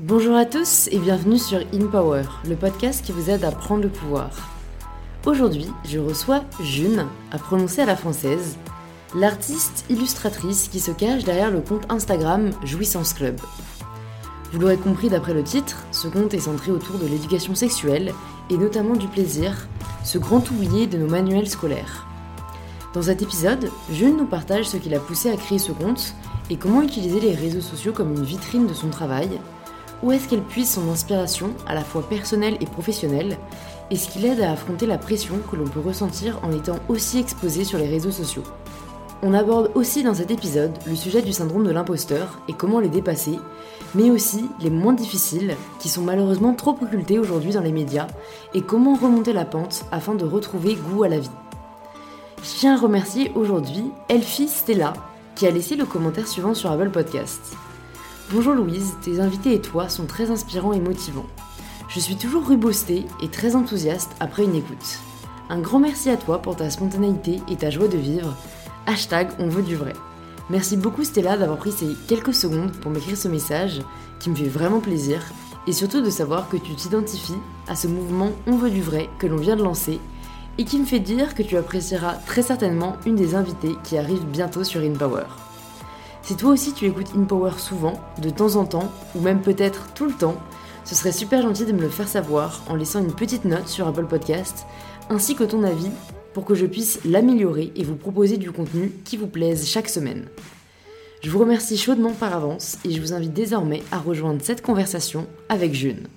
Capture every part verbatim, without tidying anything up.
Bonjour à tous et bienvenue sur In Power, le podcast qui vous aide à prendre le pouvoir. Aujourd'hui, je reçois June, à prononcer à la française, l'artiste illustratrice qui se cache derrière le compte Instagram Jouissance Club. Vous l'aurez compris d'après le titre, ce compte est centré autour de l'éducation sexuelle et notamment du plaisir, ce grand oublié de nos manuels scolaires. Dans cet épisode, June nous partage ce qui l'a poussé à créer ce compte et comment utiliser les réseaux sociaux comme une vitrine de son travail, où est-ce qu'elle puise son inspiration à la fois personnelle et professionnelle, et ce qui l'aide à affronter la pression que l'on peut ressentir en étant aussi exposé sur les réseaux sociaux. On aborde aussi dans cet épisode le sujet du syndrome de l'imposteur et comment les dépasser, mais aussi les moins difficiles qui sont malheureusement trop occultés aujourd'hui dans les médias et comment remonter la pente afin de retrouver goût à la vie. Je tiens à remercier aujourd'hui Elfie Stella qui a laissé le commentaire suivant sur Apple Podcast. Bonjour Louise, tes invités et toi sont très inspirants et motivants. Je suis toujours rubostée et très enthousiaste après une écoute. Un grand merci à toi pour ta spontanéité et ta joie de vivre. Hashtag on veut du vrai. Merci beaucoup Stella d'avoir pris ces quelques secondes pour m'écrire ce message qui me fait vraiment plaisir et surtout de savoir que tu t'identifies à ce mouvement On veut du vrai que l'on vient de lancer et qui me fait dire que tu apprécieras très certainement une des invitées qui arrive bientôt sur In Power. Si toi aussi tu écoutes In Power souvent, de temps en temps, ou même peut-être tout le temps, ce serait super gentil de me le faire savoir en laissant une petite note sur Apple Podcast, ainsi que ton avis, pour que je puisse l'améliorer et vous proposer du contenu qui vous plaise chaque semaine. Je vous remercie chaudement par avance et je vous invite désormais à rejoindre cette conversation avec June.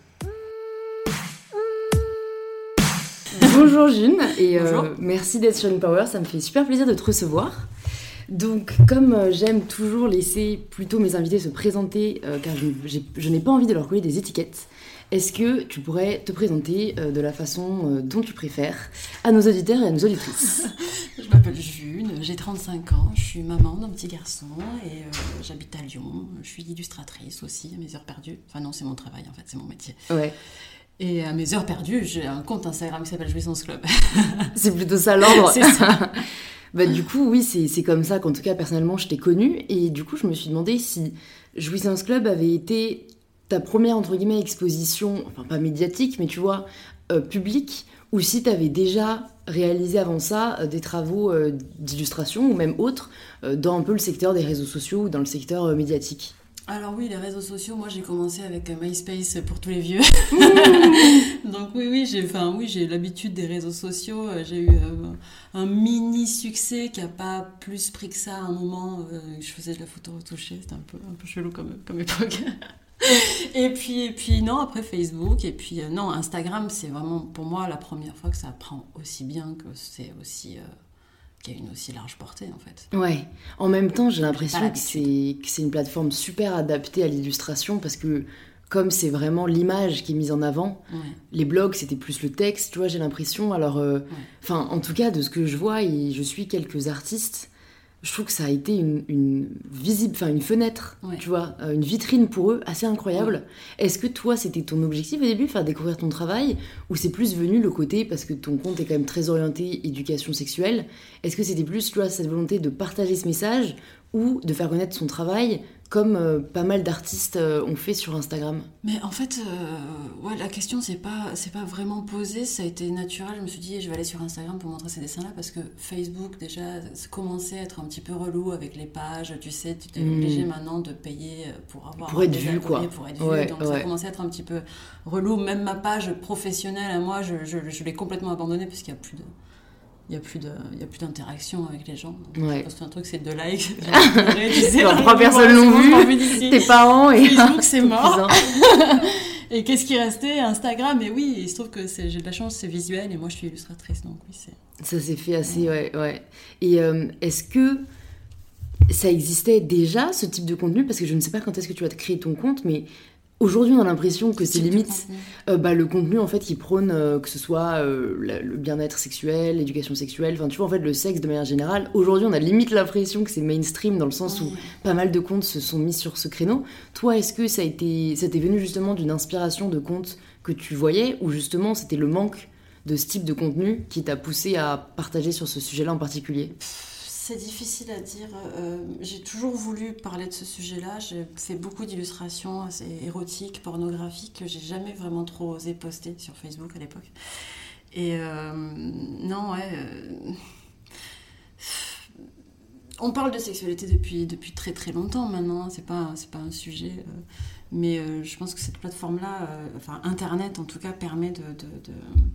Bonjour June, et euh, Bonjour. Merci d'être sur In Power, ça me fait super plaisir de te recevoir. Donc, comme euh, j'aime toujours laisser plutôt mes invités se présenter, euh, car je, j'ai, je n'ai pas envie de leur coller des étiquettes, est-ce que tu pourrais te présenter euh, de la façon euh, dont tu préfères à nos auditeurs et à nos auditrices? Je m'appelle June, j'ai trente-cinq ans, je suis maman d'un petit garçon et euh, j'habite à Lyon. Je suis illustratrice aussi à mes heures perdues. Enfin non, c'est mon travail en fait, c'est mon métier. Ouais. Et à mes heures perdues, j'ai un compte Instagram qui s'appelle Jouissance Club. C'est plutôt ça l'ordre. C'est ça. Bah, du coup, oui, c'est, c'est comme ça qu'en tout cas, personnellement, je t'ai connue. Et du coup, je me suis demandé si Jouissance Club avait été ta première, entre guillemets, exposition, enfin pas médiatique, mais tu vois, euh, publique, ou si t'avais déjà réalisé avant ça euh, des travaux euh, d'illustration, ou même autres, euh, dans un peu le secteur des réseaux sociaux ou dans le secteur euh, médiatique. Alors oui, les réseaux sociaux, moi j'ai commencé avec MySpace pour tous les vieux. Donc oui, oui, j'ai, enfin, oui, j'ai l'habitude des réseaux sociaux. J'ai eu euh, un mini succès qui n'a pas plus pris que ça à un moment. Euh, je faisais de la photo retouchée, c'était un peu, un peu chelou comme, comme époque. et, puis, et puis non, après Facebook, et puis euh, non, Instagram, c'est vraiment pour moi la première fois que ça prend aussi bien, que c'est aussi... Euh, qui a une aussi large portée en fait. Ouais, en même temps j'ai l'impression que c'est, que c'est une plateforme super adaptée à l'illustration parce que comme c'est vraiment l'image qui est mise en avant, ouais. Les blogs c'était plus le texte, tu vois, j'ai l'impression, alors euh, ouais. En tout cas de ce que je vois et je suis quelques artistes, je trouve que ça a été une, une visible, enfin une fenêtre, ouais. Tu vois, une vitrine pour eux assez incroyable. Ouais. Est-ce que toi, c'était ton objectif au début, faire découvrir ton travail, ou c'est plus venu le côté, parce que ton compte est quand même très orienté éducation sexuelle, est-ce que c'était plus, tu vois, cette volonté de partager ce message, ou de faire connaître son travail, comme euh, pas mal d'artistes euh, ont fait sur Instagram? Mais en fait, euh, ouais, la question c'est pas, c'est pas vraiment posée, ça a été naturel. Je me suis dit, je vais aller sur Instagram pour montrer ces dessins-là parce que Facebook déjà commençait à être un petit peu relou avec les pages. Tu sais, tu es mmh. obligé maintenant de payer pour avoir pour être vu, quoi. Pour être ouais, vu. Donc ouais. ça commençait à être un petit peu relou. Même ma page professionnelle à moi, je, je, je l'ai complètement abandonnée parce qu'il y a plus de il n'y a plus de, il y a plus d'interaction avec les gens. Donc, ouais. Je poste un truc, c'est deux likes. Genre trois personnes l'ont vu, tes parents et... Facebook, c'est mort. Et qu'est-ce qui restait? Instagram, et oui, il se trouve que c'est, j'ai de la chance, c'est visuel, et moi je suis illustratrice, donc oui, c'est... Ça s'est fait assez, ouais, ouais. Et euh, est-ce que ça existait déjà, ce type de contenu? Parce que je ne sais pas quand est-ce que tu as créé ton compte, mais... Aujourd'hui, on a l'impression que c'est limite euh, bah, le contenu en fait qui prône euh, que ce soit euh, la, le bien-être sexuel, l'éducation sexuelle, enfin tu vois en fait le sexe de manière générale. Aujourd'hui, on a limite l'impression que c'est mainstream dans le sens où pas mal de comptes se sont mis sur ce créneau. Toi, est-ce que ça a été, ça t'est venu justement d'une inspiration de comptes que tu voyais ou justement c'était le manque de ce type de contenu qui t'a poussé à partager sur ce sujet-là en particulier? C'est difficile à dire. Euh, j'ai toujours voulu parler de ce sujet-là. J'ai fait beaucoup d'illustrations assez érotiques, pornographiques, que j'ai jamais vraiment trop osé poster sur Facebook à l'époque. Et euh, non, ouais. Euh, on parle de sexualité depuis, depuis très très longtemps maintenant. Hein, c'est pas, c'est pas un sujet. Euh, mais euh, je pense que cette plateforme-là, euh, enfin Internet en tout cas, permet de. de, de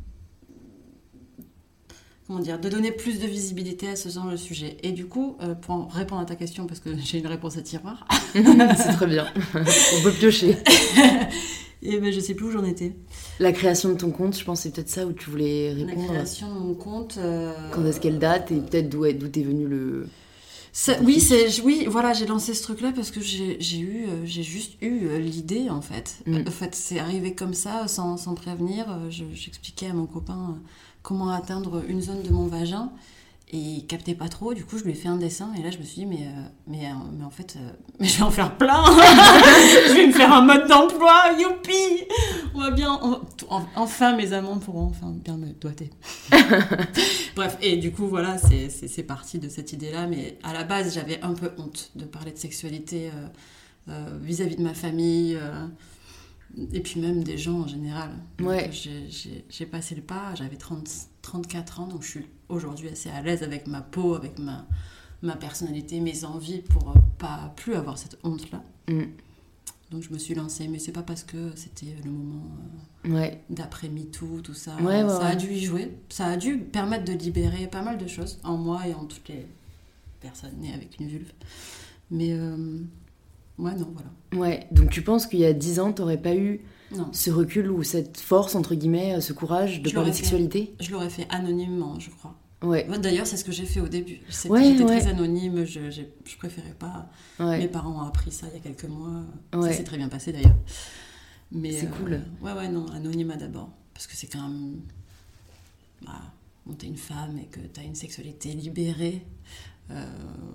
Comment dire, de donner plus de visibilité à ce genre de sujet. Et du coup, euh, pour répondre à ta question, parce que j'ai une réponse à tiroir. C'est très bien. On peut piocher. Et ben, je sais plus où j'en étais. La création de ton compte, je pense que c'est peut-être ça où tu voulais répondre. La création de mon compte... Euh... Quand est-ce qu'elle date et peut-être d'où est, d'où t'es venu le... Ça, oui, c'est, oui, voilà, j'ai lancé ce truc-là parce que j'ai, j'ai, eu, j'ai juste eu l'idée, en fait. Mm. En fait, c'est arrivé comme ça, sans, sans prévenir. Je, j'expliquais à mon copain comment atteindre une zone de mon vagin et il captait pas trop. Du coup, je lui ai fait un dessin et là, je me suis dit, mais, mais, mais en fait, mais je vais en faire plein. Je vais me faire un mode d'emploi, youpi. On va bien... On, enfin, mes amants pourront enfin bien me doiter. Bref, et du coup, voilà, c'est, c'est, c'est parti de cette idée-là. Mais à la base, j'avais un peu honte de parler de sexualité euh, euh, vis-à-vis de ma famille... Euh, et puis même des gens en général. Ouais. J'ai, j'ai, j'ai passé le pas, j'avais trente, trente-quatre ans, donc je suis aujourd'hui assez à l'aise avec ma peau, avec ma, ma personnalité, mes envies, pour euh, pas plus avoir cette honte-là. Mm. Donc je me suis lancée, mais c'est pas parce que c'était le moment euh, ouais. d'après MeToo, tout ça. Ouais, ouais, ça ouais. a dû y jouer, ça a dû permettre de libérer pas mal de choses, en moi et en toutes les personnes nées avec une vulve. Mais... Euh, Ouais, non, voilà. Ouais, donc tu penses qu'il y a dix ans, t'aurais pas eu non. ce recul ou cette force, entre guillemets, ce courage de je parler de sexualité ? Je l'aurais fait anonymement, je crois. Ouais. D'ailleurs, c'est ce que j'ai fait au début. C'était, ouais, j'étais ouais. très anonyme, je, j'ai, je préférais pas. Ouais. Mes parents ont appris ça il y a quelques mois. Ouais. Ça s'est très bien passé d'ailleurs. Mais, c'est euh, cool. Ouais, ouais, non, anonymat d'abord. Parce que c'est quand même... Bah, quand t'es une femme et que t'as une sexualité libérée... Euh,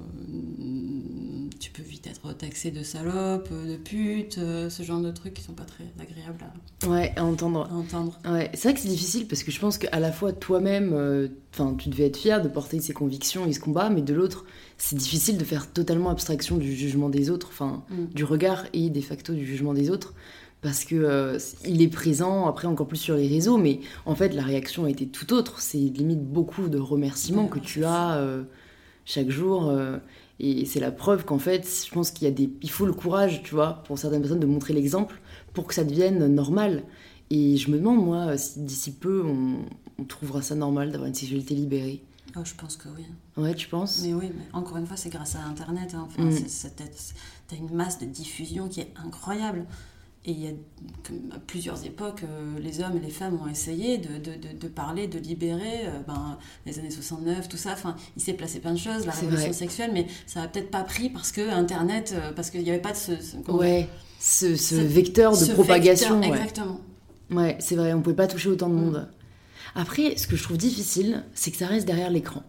tu peux vite être taxée de salope, de pute, euh, ce genre de trucs qui sont pas très agréables à, ouais, à entendre. À entendre. Ouais, c'est vrai que c'est difficile parce que je pense qu'à la fois toi-même, enfin, euh, tu devais être fière de porter ces convictions et ce combat, mais de l'autre, c'est difficile de faire totalement abstraction du jugement des autres, enfin, mm. du regard et de facto du jugement des autres. Parce que euh, il est présent, après encore plus sur les réseaux, mais en fait la réaction a été tout autre. C'est limite beaucoup de remerciements ouais, que tu as euh, chaque jour, euh, et c'est la preuve qu'en fait, je pense qu'il y a des, il faut le courage, tu vois, pour certaines personnes de montrer l'exemple pour que ça devienne normal. Et je me demande moi si d'ici peu on, on trouvera ça normal d'avoir une sexualité libérée. Oh, je pense que oui. Ouais, tu penses ? Mais oui, mais encore une fois, c'est grâce à Internet. Hein. Enfin, mm. c'est, c'est, t'as une masse de diffusion qui est incroyable. Et il y a, à plusieurs époques, euh, les hommes et les femmes ont essayé de, de, de, de parler, de libérer. Euh, ben, les années soixante-neuf, tout ça, enfin, il s'est placé plein de choses, la c'est révolution vrai. Sexuelle, mais ça n'a peut-être pas pris parce que Internet, euh, parce qu'il n'y avait pas de ce... ce ouais, ce, ce, ce vecteur de ce propagation. Vecteur, ouais. Exactement. Ouais, c'est vrai, on ne pouvait pas toucher autant de mmh. monde. Après, ce que je trouve difficile, c'est que ça reste derrière l'écran.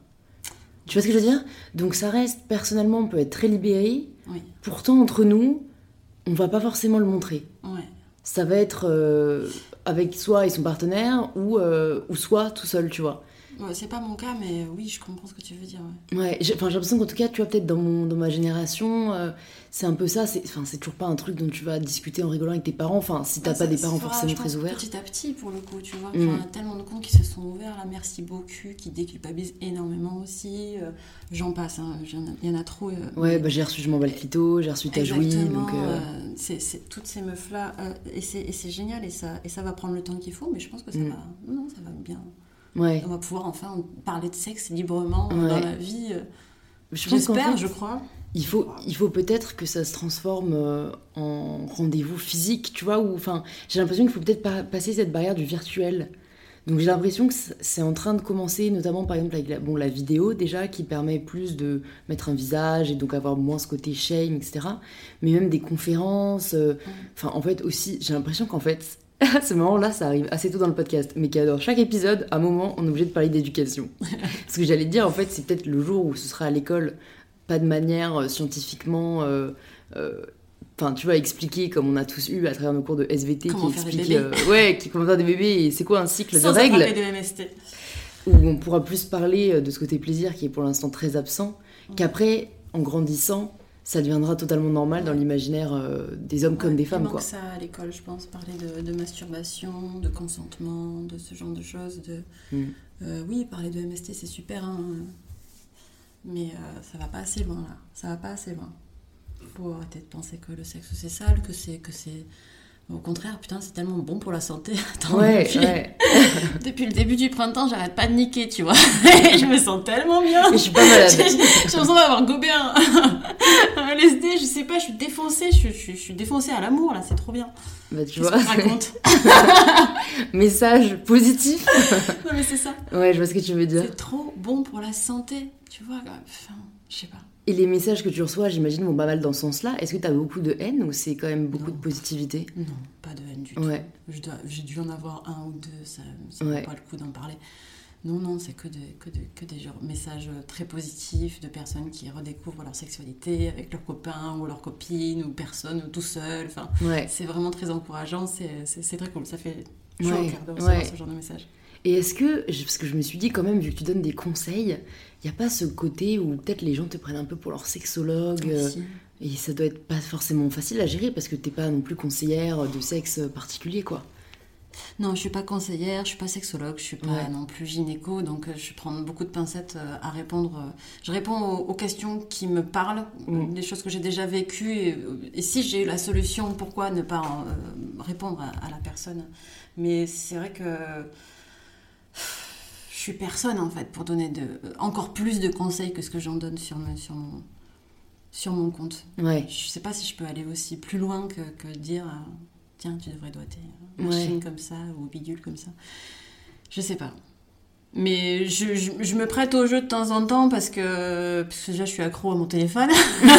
Tu vois ce que je veux dire ? Donc ça reste, personnellement, on peut être très libéré. Oui. Pourtant, entre nous... on va pas forcément le montrer. Ouais. Ça va être euh, avec soi et son partenaire ou, euh, ou soi tout seul, tu vois. Ouais, c'est pas mon cas, mais oui, je comprends ce que tu veux dire. Ouais, ouais j'ai, j'ai l'impression qu'en tout cas, tu vois, peut-être dans, mon, dans ma génération, euh, c'est un peu ça. C'est, c'est toujours pas un truc dont tu vas discuter en rigolant avec tes parents. Enfin, si t'as ouais, pas ça, des parents fera, forcément très ouverts. Petit à petit, pour le coup, tu vois. Il mm. y a tellement de comptes qui se sont ouverts. Là, merci beaucoup, qui déculpabilisent énormément aussi. Euh, j'en passe, hein, il y en a trop. Euh, ouais, mais... bah, j'ai reçu Je m'en bats le clito, j'ai reçu Ta Jouie. Donc, euh... euh, c'est, c'est toutes ces meufs-là. Euh, et, c'est, et c'est génial, et ça, et ça va prendre le temps qu'il faut, mais je pense que ça, mm. va, non, ça va bien. Ouais. On va pouvoir enfin parler de sexe librement ouais. dans la vie. Je J'espère, fait, je crois. Il faut, il faut peut-être que ça se transforme euh, en rendez-vous physique, tu vois, où, enfin, j'ai l'impression qu'il faut peut-être pas passer cette barrière du virtuel. Donc j'ai l'impression que c'est en train de commencer, notamment par exemple avec la, bon, la vidéo déjà, qui permet plus de mettre un visage et donc avoir moins ce côté shame, et cetera. Mais même des conférences. Euh, enfin, en fait aussi, j'ai l'impression qu'en fait... ce moment-là, ça arrive assez tôt dans le podcast, mais qu'à chaque épisode, à un moment, on est obligé de parler d'éducation. Ce que j'allais te dire, en fait, c'est peut-être le jour où ce sera à l'école, pas de manière euh, scientifiquement... Euh, euh, Enfin, tu vois, expliquer comme on a tous eu à travers nos cours de S V T, comment qui explique, euh, ouais, qui comment faire des bébés et c'est quoi un cycle Sans de règles. Sans de M S T. où on pourra plus parler de ce côté plaisir qui est pour l'instant très absent, mmh. qu'après, en grandissant, ça deviendra totalement normal dans l'imaginaire euh, des hommes ouais, comme des femmes. Il manque ça à l'école, je pense, parler de, de masturbation, de consentement, de ce genre de choses. De, mm. euh, oui, parler de M S T, c'est super, hein, mais euh, ça va pas assez loin, là. Ça va pas assez loin. Il faut arrêter de penser que le sexe, c'est sale, que c'est... Que c'est... Au contraire, putain, c'est tellement bon pour la santé. Attends, ouais, depuis, ouais. depuis le début du printemps, j'arrête pas de niquer, tu vois. Je me sens tellement bien. Et je suis pas malade. J'ai l'impression d'avoir gobé un, un L S D, je sais pas, je suis défoncée. Je, je, je suis défoncée à l'amour, là, c'est trop bien. Bah, tu Qu'est-ce vois. que je raconte Message positif. Non, mais c'est ça. Ouais, je vois ce que tu veux dire. C'est trop bon pour la santé, tu vois. Enfin, je sais pas. Et les messages que tu reçois, j'imagine, vont pas mal dans ce sens-là. Est-ce que tu as beaucoup de haine ou c'est quand même beaucoup non. de positivité ? Non, pas de haine du ouais. tout. Je dois, j'ai dû en avoir un ou deux, ça ne ouais. vaut pas le coup d'en parler. Non, non, c'est que, de, que, de, que des genre, messages très positifs de personnes qui redécouvrent leur sexualité avec leurs copains ou leurs copines ou personne ou tout seul. Enfin, ouais. C'est vraiment très encourageant, c'est, c'est, c'est très cool. Ça fait chaud ouais. au cœur de recevoir ouais. ce genre de messages. Et est-ce que, parce que je me suis dit quand même, vu que tu donnes des conseils, il n'y a pas ce côté où peut-être les gens te prennent un peu pour leur sexologue euh, et ça doit être pas forcément facile à gérer parce que t'es pas non plus conseillère de sexe particulier, quoi. Non, je suis pas conseillère, je suis pas sexologue, je suis pas ouais. non plus gynéco, donc je prends beaucoup de pincettes à répondre. Je réponds aux, aux questions qui me parlent, mmh. des choses que j'ai déjà vécues, et, et si j'ai eu la solution, pourquoi ne pas en, euh, répondre à, à la personne. Mais c'est vrai que je suis personne en fait pour donner de, encore plus de conseils que ce que j'en donne sur, me, sur, mon, sur mon compte. Ouais. Je sais pas si je peux aller aussi plus loin que, que dire euh, tiens, tu devrais doiter machine ouais. comme ça ou bidule comme ça. Je sais pas. Mais je, je, je me prête au jeu de temps en temps parce que, parce que déjà je suis accro à mon téléphone.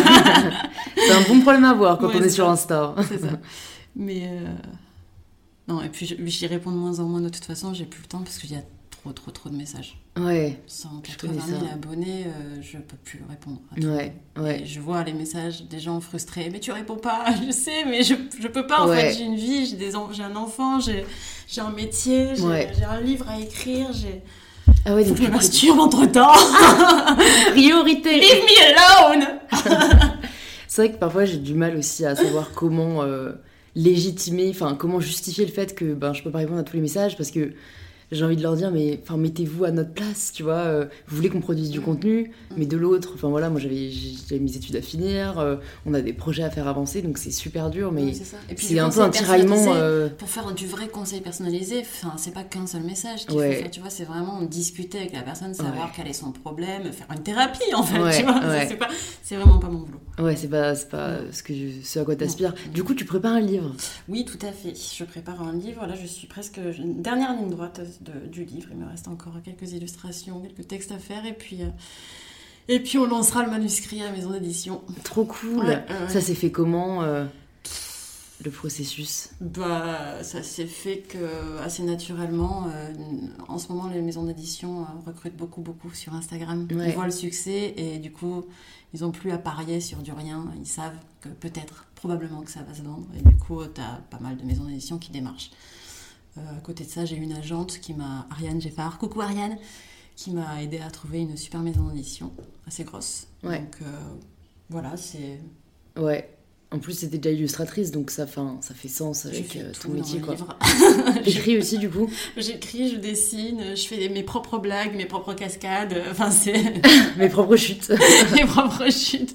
C'est un bon problème à avoir quand ouais, on est sur ça. Insta. C'est ça. Mais euh... non, et puis j'y réponds de moins en moins de toute façon, j'ai plus le temps parce qu'il y a trop trop trop de messages. Ouais. cent quatre-vingt mille abonnés, euh, je peux plus répondre à tout. Ouais, ouais. Et je vois les messages des gens frustrés. Mais tu réponds pas, je sais, mais je, je peux pas en ouais. fait. J'ai une vie, j'ai, des, j'ai un enfant, j'ai, j'ai un métier, j'ai, ouais. j'ai un livre à écrire, j'ai... Ah ouais, donc je me masturbe entre temps. Priorité. Leave me alone. C'est vrai que parfois j'ai du mal aussi à savoir comment euh, légitimer, enfin comment justifier le fait que ben, je peux pas répondre à tous les messages parce que j'ai envie de leur dire, mais enfin, mettez-vous à notre place, tu vois. Euh, vous voulez qu'on produise du contenu, mais de l'autre, enfin voilà, moi j'avais, j'avais mes études à finir, euh, on a des projets à faire avancer, donc c'est super dur, mais oui, c'est, ça. Et puis, c'est un peu un tiraillement. Euh... Pour faire du vrai conseil personnalisé, enfin, c'est pas qu'un seul message qu'il ouais. faut faire, tu vois, c'est vraiment discuter avec la personne, savoir ouais. quel est son problème, faire une thérapie en fait, ouais, tu vois. Ouais. C'est, pas, c'est vraiment pas mon boulot. Ouais, c'est pas, c'est pas ce, que je, ce à quoi t'aspires. Non. Du coup, tu prépares un livre ? Oui, tout à fait. Je prépare un livre. Là, je suis presque une dernière ligne droite de, du livre. Il me reste encore quelques illustrations, quelques textes à faire. Et puis, euh, et puis on lancera le manuscrit à la maison d'édition. Trop cool. Ouais, ouais. Ça s'est fait comment euh, le processus ? Bah, ça s'est fait que, assez naturellement. Euh, en ce moment, les maisons d'édition euh, recrutent beaucoup, beaucoup sur Instagram. Ouais. Ils voient le succès et du coup... Ils n'ont plus à parier sur du rien. Ils savent que peut-être, probablement que ça va se vendre. Et du coup, tu as pas mal de maisons d'édition qui démarchent. Euh, à côté de ça, j'ai une agente qui m'a... Ariane Geffard. Coucou Ariane, qui m'a aidée à trouver une super maison d'édition. Assez grosse. Ouais. Donc, euh, voilà, c'est... Ouais. En plus, c'était déjà illustratrice, donc ça, fin, ça fait sens avec euh, ton métier, quoi. J'écris aussi, du coup. J'écris, je dessine, je fais mes propres blagues, mes propres cascades. Enfin, c'est... mes propres chutes. mes propres chutes.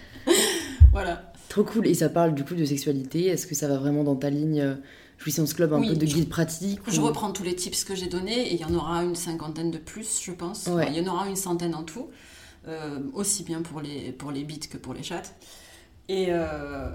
Voilà. Trop cool. Et ça parle, du coup, de sexualité. Est-ce que ça va vraiment dans ta ligne euh, Jouissance Club, un oui, peu de guide pratique Je ou... reprends tous les tips que j'ai donnés, et il y en aura une cinquantaine de plus, je pense. Ouais. Enfin, il y en aura une centaine en tout. Euh, aussi bien pour les, pour les bites que pour les chattes. Et, euh,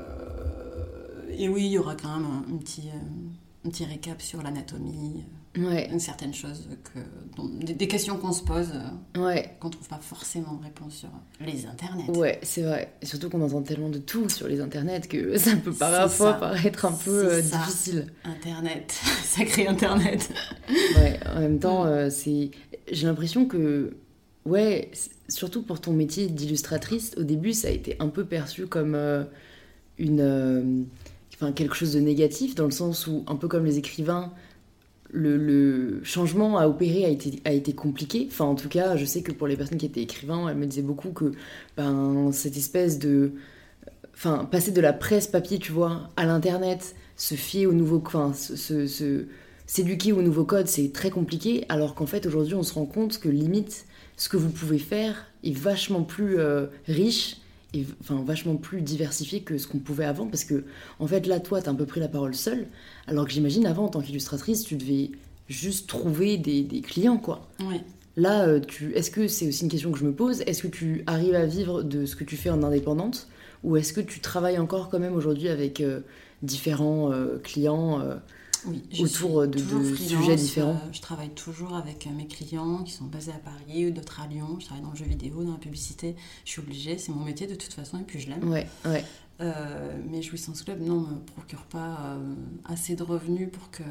et oui, il y aura quand même un, un, petit, un petit récap sur l'anatomie, ouais. une certaine chose, que, dont, des, des questions qu'on se pose, ouais. qu'on ne trouve pas forcément de réponse sur les internets. Ouais, c'est vrai. Et surtout qu'on entend tellement de tout sur les internets que ça peut parfois paraître un peu euh, difficile. Internet, sacré Internet. Ouais, en même temps, euh, c'est... j'ai l'impression que... Ouais, surtout pour ton métier d'illustratrice, au début, ça a été un peu perçu comme euh, une, euh, enfin, quelque chose de négatif, dans le sens où, un peu comme les écrivains, le, le changement à opérer a été, a été compliqué. Enfin, en tout cas, je sais que pour les personnes qui étaient écrivains, elles me disaient beaucoup que ben, cette espèce de... Enfin, passer de la presse papier, tu vois, à l'internet, se fier au nouveau... Enfin, se, se, se, s'éduquer au nouveau code, c'est très compliqué, alors qu'en fait, aujourd'hui, on se rend compte que limite, ce que vous pouvez faire est vachement plus euh, riche et enfin, vachement plus diversifié que ce qu'on pouvait avant, parce que, en fait, là, toi, t'as un peu pris la parole seule, alors que j'imagine, avant, en tant qu'illustratrice, tu devais juste trouver des, des clients, quoi. Oui. Là, euh, tu, est-ce que, c'est aussi une question que je me pose, est-ce que tu arrives à vivre de ce que tu fais en indépendante, ou est-ce que tu travailles encore quand même aujourd'hui avec euh, différents euh, clients euh, oui, autour de, de sujets différents? euh, Je travaille toujours avec mes clients qui sont basés à Paris ou d'autres à Lyon. Je travaille dans le jeu vidéo, dans la publicité. Je suis obligée, c'est mon métier de toute façon et puis je l'aime. Ouais, ouais. Euh, mais Jouissance Club, non, me procure pas euh, assez de revenus pour que,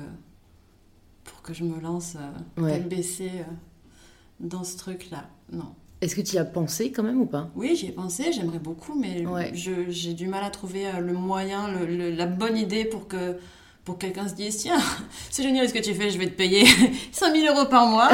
pour que je me lance euh, Ouais. tête baissée euh, dans ce truc-là. Non. Est-ce que tu y as pensé quand même ou pas? Oui, j'y ai pensé, j'aimerais beaucoup, mais Ouais. je, j'ai du mal à trouver euh, le moyen, le, le, la bonne idée pour que, pour que quelqu'un se dise tiens, c'est génial ce que tu fais, je vais te payer cinq mille euros par mois.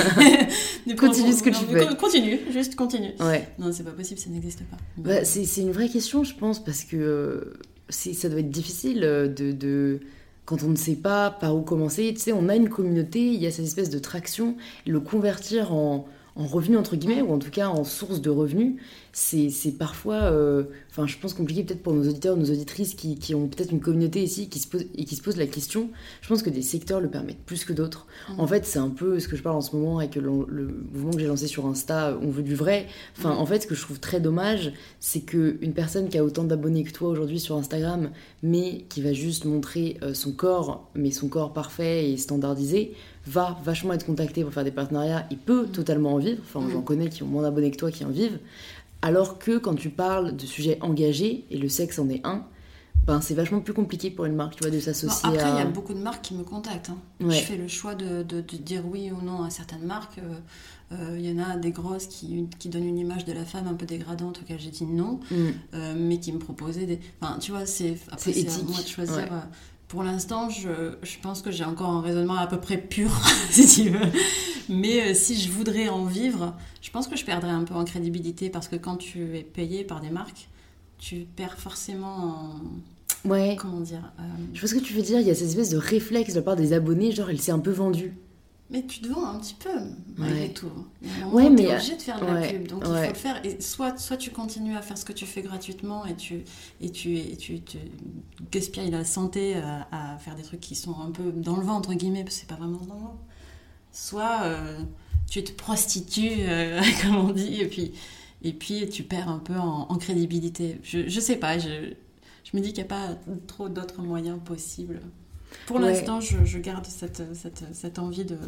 Mais, continue ce que tu fais. Continue, juste continue. Ouais. Non, c'est pas possible, ça n'existe pas. Bah, c'est, c'est une vraie question, je pense, parce que euh, c'est, ça doit être difficile de, de... Quand on ne sait pas par où commencer, tu sais, on a une communauté, il y a cette espèce de traction, le convertir en... en revenu entre guillemets, ou en tout cas en source de revenus, c'est, c'est parfois, euh, enfin je pense compliqué peut-être pour nos auditeurs, nos auditrices qui, qui ont peut-être une communauté ici qui se pose, et qui se posent la question. Je pense que des secteurs le permettent plus que d'autres. Mmh. En fait, c'est un peu ce que je parle en ce moment avec le, le mouvement que j'ai lancé sur Insta, On veut du vrai. Enfin, mmh. en fait, ce que je trouve très dommage, c'est qu'une personne qui a autant d'abonnés que toi aujourd'hui sur Instagram, mais qui va juste montrer euh, son corps, mais son corps parfait et standardisé, va vachement être contacté pour faire des partenariats et peut mmh. totalement en vivre. Enfin, mmh. j'en connais qui ont moins d'abonnés que toi qui en vivent. Alors que quand tu parles de sujets engagés, et le sexe en est un, ben c'est vachement plus compliqué pour une marque, tu vois, de s'associer bon, après, à... il y a beaucoup de marques qui me contactent. Hein. Ouais. Je fais le choix de, de, de dire oui ou non à certaines marques. Il euh, euh, y en a des grosses qui, qui donnent une image de la femme un peu dégradante auquel j'ai dit non, mmh. euh, mais qui me proposaient des... Enfin, tu vois, c'est, après, c'est, c'est à moi de choisir... Ouais. Euh, Pour l'instant, je, je pense que j'ai encore un raisonnement à peu près pur, si tu veux. Mais euh, si je voudrais en vivre, je pense que je perdrais un peu en crédibilité parce que quand tu es payé par des marques, tu perds forcément en... Ouais. Comment dire euh... Je vois ce que tu veux dire. Il y a cette espèce de réflexe de la part des abonnés, genre elle s'est un peu vendue. Mais tu te vends un petit peu, malgré ouais. tout. Un ouais, mais... Tu es obligé de faire de la ouais. pub, donc ouais. il faut le faire. Et soit, soit tu continues à faire ce que tu fais gratuitement et tu, et tu, et tu, tu gaspilles la santé à, à faire des trucs qui sont un peu dans le vent, entre guillemets, parce que c'est pas vraiment dans le vent. Soit euh, tu te prostitues, euh, comme on dit, et puis, et puis tu perds un peu en, en crédibilité. Je, je sais pas, je, je me dis qu'il n'y a pas trop d'autres moyens possibles. Pour ouais. l'instant, je, je garde cette, cette, cette envie de,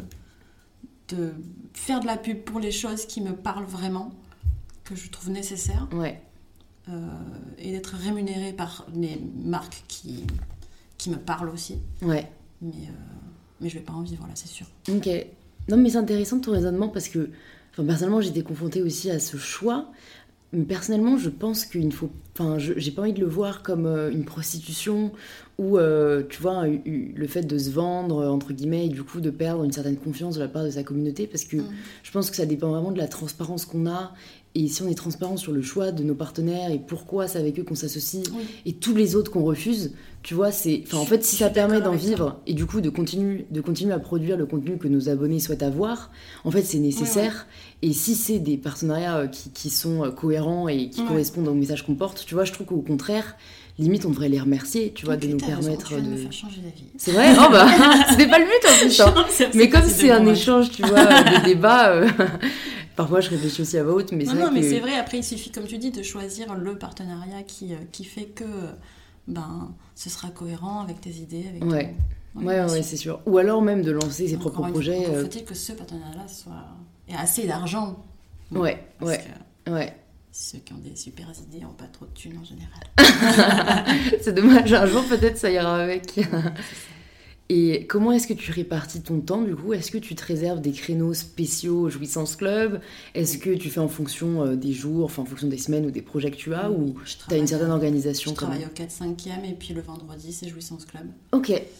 de faire de la pub pour les choses qui me parlent vraiment, que je trouve nécessaires, ouais. euh, et d'être rémunérée par les marques qui, qui me parlent aussi. Ouais. Mais, euh, mais je ne vais pas en vivre, là, c'est sûr. Ok. Non, mais c'est intéressant ton raisonnement parce que, enfin, personnellement, j'étais confrontée aussi à ce choix. Mais personnellement, je pense qu'il ne faut... Enfin, je, j'ai pas envie de le voir comme euh, une prostitution ou, euh, tu vois, u, u, le fait de se vendre, entre guillemets, et du coup de perdre une certaine confiance de la part de sa communauté, parce que mmh. je pense que ça dépend vraiment de la transparence qu'on a. Et si on est transparent sur le choix de nos partenaires et pourquoi c'est avec eux qu'on s'associe, oui. et tous les autres qu'on refuse, tu vois, c'est... Enfin, en fait, si ça permet d'en vivre ça. Et du coup de continuer, de continuer à produire le contenu que nos abonnés souhaitent avoir, en fait, c'est nécessaire. Oui, oui. Et si c'est des partenariats qui, qui sont cohérents et qui ouais. correspondent au message qu'on porte, tu vois, je trouve qu'au contraire, limite, on devrait les remercier, tu vois, okay, de nous permettre raison, tu de... me faire changer d'avis. C'est vrai? Oh bah, c'était pas le but en plus. Hein. C'est mais comme c'est un échange, tu vois, de débat... Euh... Parfois, je réfléchis aussi à voix haute, mais non, c'est non, vrai mais que... c'est vrai. Après, il suffit, comme tu dis, de choisir le partenariat qui, qui fait que ben, ce sera cohérent avec tes idées, avec ouais. ton... Ouais, ouais, c'est sûr. Ou alors même de lancer ses encore propres une projets. Fois, euh... faut-il que ce partenariat soit ait assez d'argent. Bon, ouais, ouais, que ouais. Ceux qui ont des super idées n'ont pas trop de thunes en général. C'est dommage. Un jour, peut-être, ça ira avec. Ouais, et comment est-ce que tu répartis ton temps, du coup? Est-ce que tu te réserves des créneaux spéciaux Jouissance Club? Est-ce que tu fais en fonction euh, des jours, enfin en fonction des semaines ou des projets que tu as? Ou tu as une certaine organisation? Je travaille au quatre cinquième et puis le vendredi, c'est Jouissance Club. Ok.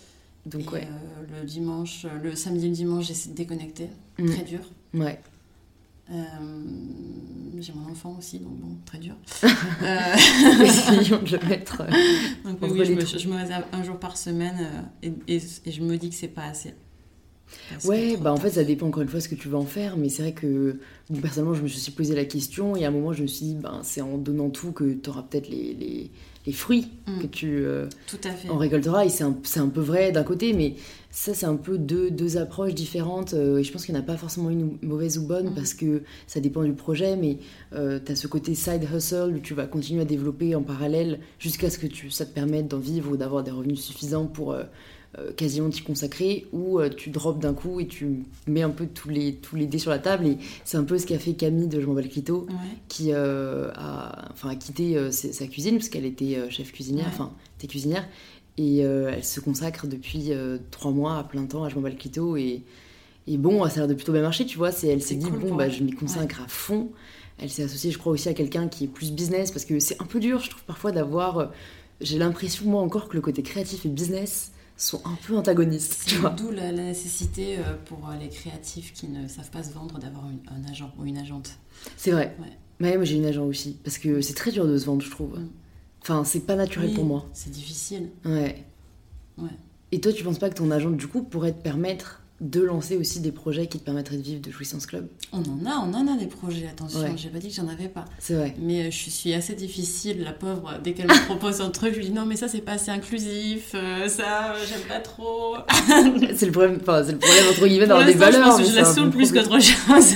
Donc, et ouais. euh, le dimanche, le samedi et le dimanche, j'essaie de déconnecter. Mmh. Très dur. Ouais. Euh, j'ai mon enfant aussi, donc bon, très dur. euh... Essayons de le mettre. Euh, donc oui, oui je, me, je me réserve un jour par semaine euh, et, et, et je me dis que c'est pas assez. Parce ouais, bah en fait ça dépend encore une fois ce que tu veux en faire, mais c'est vrai que bon, personnellement je me suis posé la question et à un moment je me suis dit ben, c'est en donnant tout que tu auras peut-être les, les, les fruits mmh. que tu euh, tout à fait. en récolteras, et c'est un, c'est un peu vrai d'un côté, mais ça c'est un peu deux, deux approches différentes euh, et je pense qu'il n'y en a pas forcément une mauvaise ou bonne mmh. parce que ça dépend du projet, mais euh, tu as ce côté side hustle où tu vas continuer à développer en parallèle jusqu'à ce que tu, ça te permette d'en vivre ou d'avoir des revenus suffisants pour... Euh, Euh, quasiment t'y consacrer, ou euh, tu drops d'un coup et tu mets un peu tous les, tous les dés sur la table, et c'est un peu ce qu'a fait Camille de Je m'en bats le clito, ouais. qui euh, a, enfin, a quitté euh, sa cuisine parce qu'elle était euh, chef cuisinière, ouais. enfin était cuisinière, et euh, elle se consacre depuis euh, trois mois à plein temps à Je m'en bats le clito, et, et bon ça a l'air de plutôt bien marcher, tu vois, c'est, elle c'est s'est dit cool bon bah, je m'y consacre ouais. à fond. Elle s'est associée je crois aussi à quelqu'un qui est plus business, parce que c'est un peu dur je trouve parfois d'avoir, euh, j'ai l'impression moi encore que le côté créatif et business sont un peu antagonistes. C'est tu vois. D'où la, la nécessité euh, pour les créatifs qui ne savent pas se vendre d'avoir une, un agent ou une agente. C'est vrai. Ouais. Ouais, moi j'ai une agent aussi, parce que c'est très dur de se vendre, je trouve. Mm. Enfin, c'est pas naturel oui, pour moi. C'est difficile. Ouais. Ouais. Et toi, tu penses pas que ton agent, du coup, pourrait te permettre de lancer aussi des projets qui te permettraient de vivre de Jouissance Club? On en a, on en a des projets, attention, ouais. j'ai pas dit que j'en avais pas. C'est vrai. Mais euh, je suis assez difficile, la pauvre, dès qu'elle me propose un truc, je lui dis non mais ça c'est pas assez inclusif, euh, ça euh, j'aime pas trop. c'est, le problème, enfin, c'est le problème entre guillemets d'avoir des valeurs. Je pense que je la saoule plus qu'autre chose.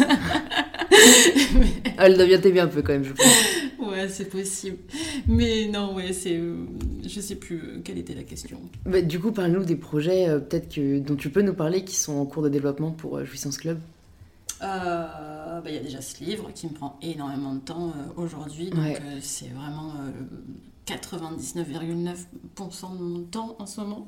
mais... Elle doit bien t'aimer un peu quand même, je pense. Ouais, c'est possible. Mais non, ouais, c'est... Euh, je sais plus euh, quelle était la question. Bah, du coup, parle-nous des projets euh, peut-être que, dont tu peux nous parler qui sont en cours de développement pour euh, Jouissance Club. Il euh, bah, y a déjà ce livre qui me prend énormément de temps euh, aujourd'hui. Donc ouais. euh, c'est vraiment euh, quatre-vingt-dix-neuf virgule neuf pour cent de mon temps en ce moment.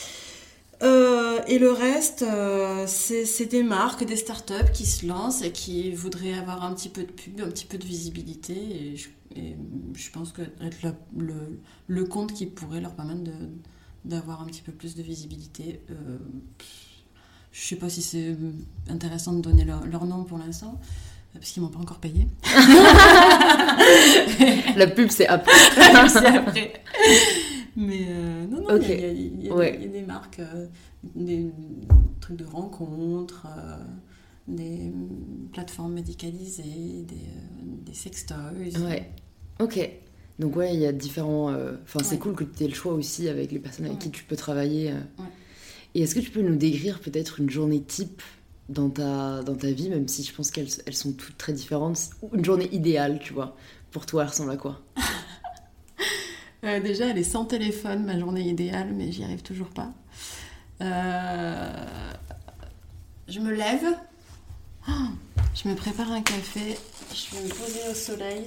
Euh, et le reste, euh, c'est, c'est des marques, des startups qui se lancent et qui voudraient avoir un petit peu de pub, un petit peu de visibilité. Et je, et je pense que être la, le, le compte qui pourrait leur permettre de, d'avoir un petit peu plus de visibilité. Euh, je ne sais pas si c'est intéressant de donner leur, leur nom pour l'instant, parce qu'ils ne m'ont pas encore payé. La pub, c'est après. La pub, c'est après. Mais euh, non, non, il okay. y, a, y, y, ouais. y a des marques, euh, des trucs de rencontres, euh, des plateformes médicalisées, des, euh, des sextoys. Ouais, ok. Donc ouais, il y a différents... Enfin, euh, c'est ouais. cool que tu aies le choix aussi avec les personnes avec ouais. qui tu peux travailler. Euh. Ouais. Et est-ce que tu peux nous décrire peut-être une journée type dans ta, dans ta vie, même si je pense qu'elles elles sont toutes très différentes, une journée idéale, tu vois, pour toi, elle ressemble à quoi? Euh, déjà, elle est sans téléphone, ma journée idéale, mais j'y arrive toujours pas. Euh... Je me lève, oh, je me prépare un café, je vais me poser au soleil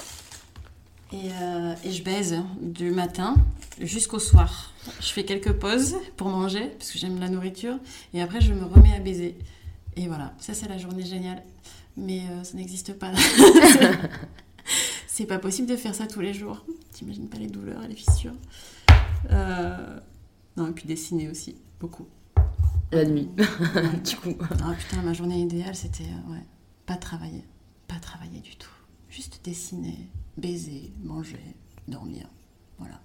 et, euh, et je baise du matin jusqu'au soir. Je fais quelques pauses pour manger, parce que j'aime la nourriture, et après je me remets à baiser. Et voilà, ça c'est la journée géniale. Mais euh, ça n'existe pas. C'est pas possible de faire ça tous les jours. T'imagines pas les douleurs et les fissures. Euh... Non, et puis dessiner aussi, beaucoup. La nuit, ouais. Du coup. Ah putain, ma journée idéale, c'était euh, ouais, pas travailler. Pas travailler du tout. Juste dessiner, baiser, manger, dormir. Voilà.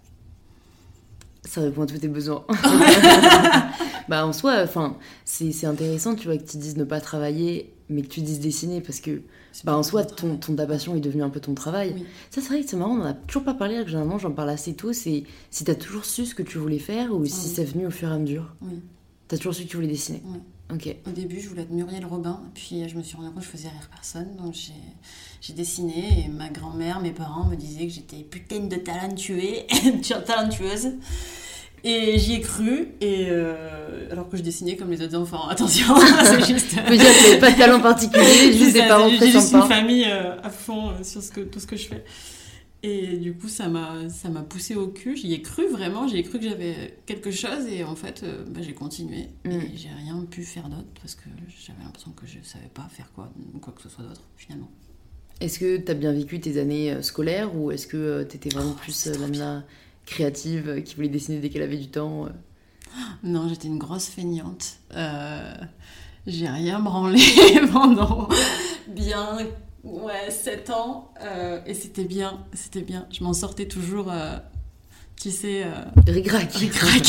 Ça répond à tous tes besoins. Bah en soi, enfin, c'est, c'est intéressant, tu vois, que tu dises ne pas travailler, mais que tu dises dessiner, parce que bah en soi, ton, ton, ta passion est devenue un peu ton travail. Oui. Ça, c'est vrai que c'est marrant, on n'en a toujours pas parlé, que généralement, j'en parle assez tôt, c'est si t'as toujours su ce que tu voulais faire, ou ah, si oui. c'est venu au fur et à mesure. Oui. T'as toujours su que tu voulais dessiner. Oui. Ok. Au début, je voulais être Muriel Robin, puis je me suis rendu compte que je faisais rire personne, donc j'ai, j'ai dessiné, et ma grand-mère, mes parents me disaient que j'étais putain de talentueuse, talentueuse. Et j'y ai cru, et euh, alors que je dessinais comme les autres enfants. Attention, c'est juste... Je veux dire que tu n'avais pas de talent particulier, juste des parents très sympas. J'ai juste une famille euh, à fond euh, sur ce que, tout ce que je fais. Et du coup, ça m'a, ça m'a poussée au cul. J'y ai cru vraiment, j'y ai cru que j'avais quelque chose, et en fait, euh, bah, j'ai continué. Mm. Et j'ai rien pu faire d'autre, parce que j'avais l'impression que je ne savais pas faire quoi, quoi que ce soit d'autre, finalement. Est-ce que tu as bien vécu tes années euh, scolaires, ou est-ce que euh, tu étais vraiment oh, plus euh, l'Amina créative, qui voulait dessiner dès qu'elle avait du temps? Non, j'étais une grosse feignante. Euh, j'ai rien branlé pendant bien ouais, sept ans. Euh, et c'était bien, c'était bien. Je m'en sortais toujours, euh, tu sais... Euh, Ric-rac. Ric-rac.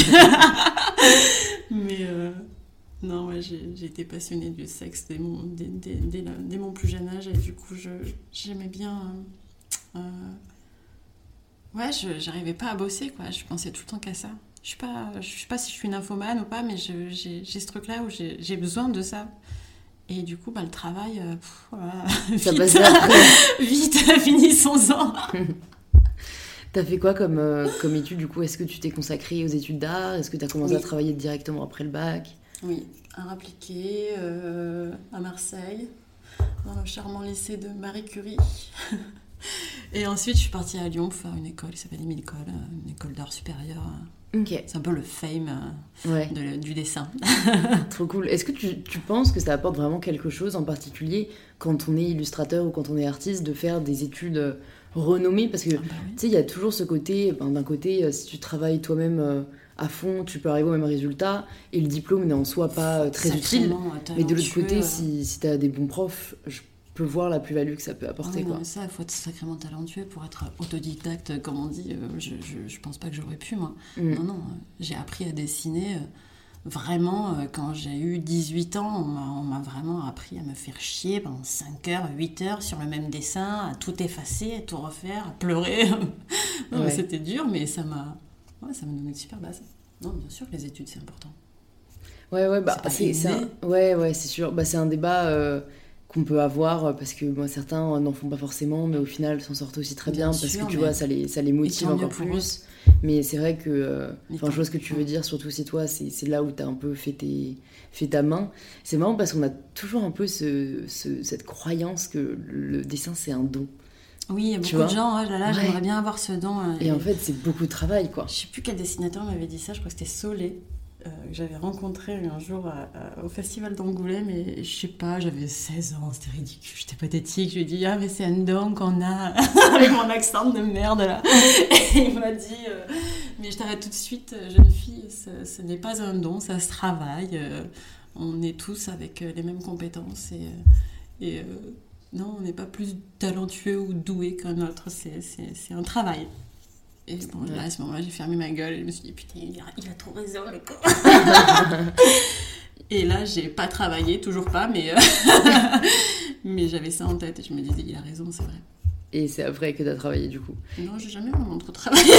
Mais euh, non, ouais, j'ai, j'ai été passionnée du sexe dès mon, dès, dès, dès, la, dès mon plus jeune âge. Et du coup, je, j'aimais bien... Euh, euh, ouais, je j'arrivais pas à bosser, quoi. Je pensais tout le temps qu'à ça. Je sais pas, je sais pas si je suis nymphomane ou pas, mais je, j'ai, j'ai ce truc-là où j'ai, j'ai besoin de ça. Et du coup, bah, le travail, euh, pff, voilà, Ça vite, passe après. vite, finissons-en. T'as fait quoi comme, euh, comme études du coup? Est-ce que tu t'es consacrée aux études d'art? Est-ce que t'as commencé Oui. à travailler directement après le bac? Oui, art appliqué euh, à Marseille, dans le charmant lycée de Marie Curie. Et ensuite, je suis partie à Lyon pour faire une école qui s'appelle Émile École, une école d'art supérieur. Ok, C'est un peu le fame euh, ouais, de- du dessin. trop cool. Est-ce que tu, tu penses que ça apporte vraiment quelque chose en particulier quand on est illustrateur ou quand on est artiste de faire des études euh, renommées? Parce que Ah bah oui. tu sais, il y a toujours ce côté, ben, d'un côté, euh, si tu travailles toi-même euh, à fond, tu peux arriver au même résultat et le diplôme n'est en soi pas euh, très utile. Sacrément, euh, Mais de l'autre talentueux, côté, euh. si, si t'as des bons profs, je peux voir la plus-value que ça peut Ah apporter, oui, non, quoi. mais ça, il faut être sacrément talentueux pour être autodidacte, comme on dit. Euh, je, je, je pense pas que j'aurais pu, moi. Mm. Non, non, euh, j'ai appris à dessiner. euh, Vraiment, euh, quand j'ai eu dix-huit ans, on m'a, on m'a vraiment appris à me faire chier pendant cinq heures, huit heures sur le même dessin, à tout effacer, à tout refaire, à pleurer. Non, mais Ouais. c'était dur, mais ça m'a, ouais, ça m'a donné une super base. Non, bien sûr que les études, c'est important. Ouais, ouais, bah, C'est pas c'est, c'est inné. un... ouais, ouais, c'est sûr. Bah, c'est un débat euh, qu'on peut avoir euh, parce que bon, certains euh, n'en font pas forcément, mais au final s'en sortent aussi très bien, Bien parce sûr, que tu mais- vois, ça les, ça les motive tant mieux encore pour plus. Mais c'est vrai que, euh, Mais enfin, tant- je vois ce que tu veux dire, surtout si toi, c'est, c'est là où t'as un peu fait, tes, fait ta main. C'est marrant parce qu'on a toujours un peu ce, ce- cette croyance que le dessin c'est un don. Oui, il y a Tu beaucoup de vois gens, oh là là, Ouais. j'aimerais bien avoir ce don. euh, Et en fait, c'est beaucoup de travail, quoi. Je sais plus quel dessinateur m'avait dit ça, je crois que c'était Solé, euh, que j'avais rencontré un jour à- à- au festival d'Angoulême, et je sais pas, j'avais seize ans, c'était ridicule, j'étais pathétique, je lui ai dit, ah mais c'est un don qu'on a, avec mon accent de merde là. Et il m'a dit, euh, mais je t'arrête tout de suite, jeune fille, ce, ce n'est pas un don, ça se travaille, euh, on est tous avec euh, les mêmes compétences, et, euh, et euh, non, on n'est pas plus talentueux ou doué qu'un autre, c'est, c'est, c'est un travail. Et bon, là, à ce moment-là, j'ai fermé ma gueule et je me suis dit, putain, il a, il a trop raison, le con. Et là, j'ai pas travaillé, toujours pas, mais, euh, mais j'avais ça en tête et je me disais, il a raison, c'est vrai. Et c'est après que t'as travaillé, du coup. Non, j'ai jamais vraiment trop travaillé.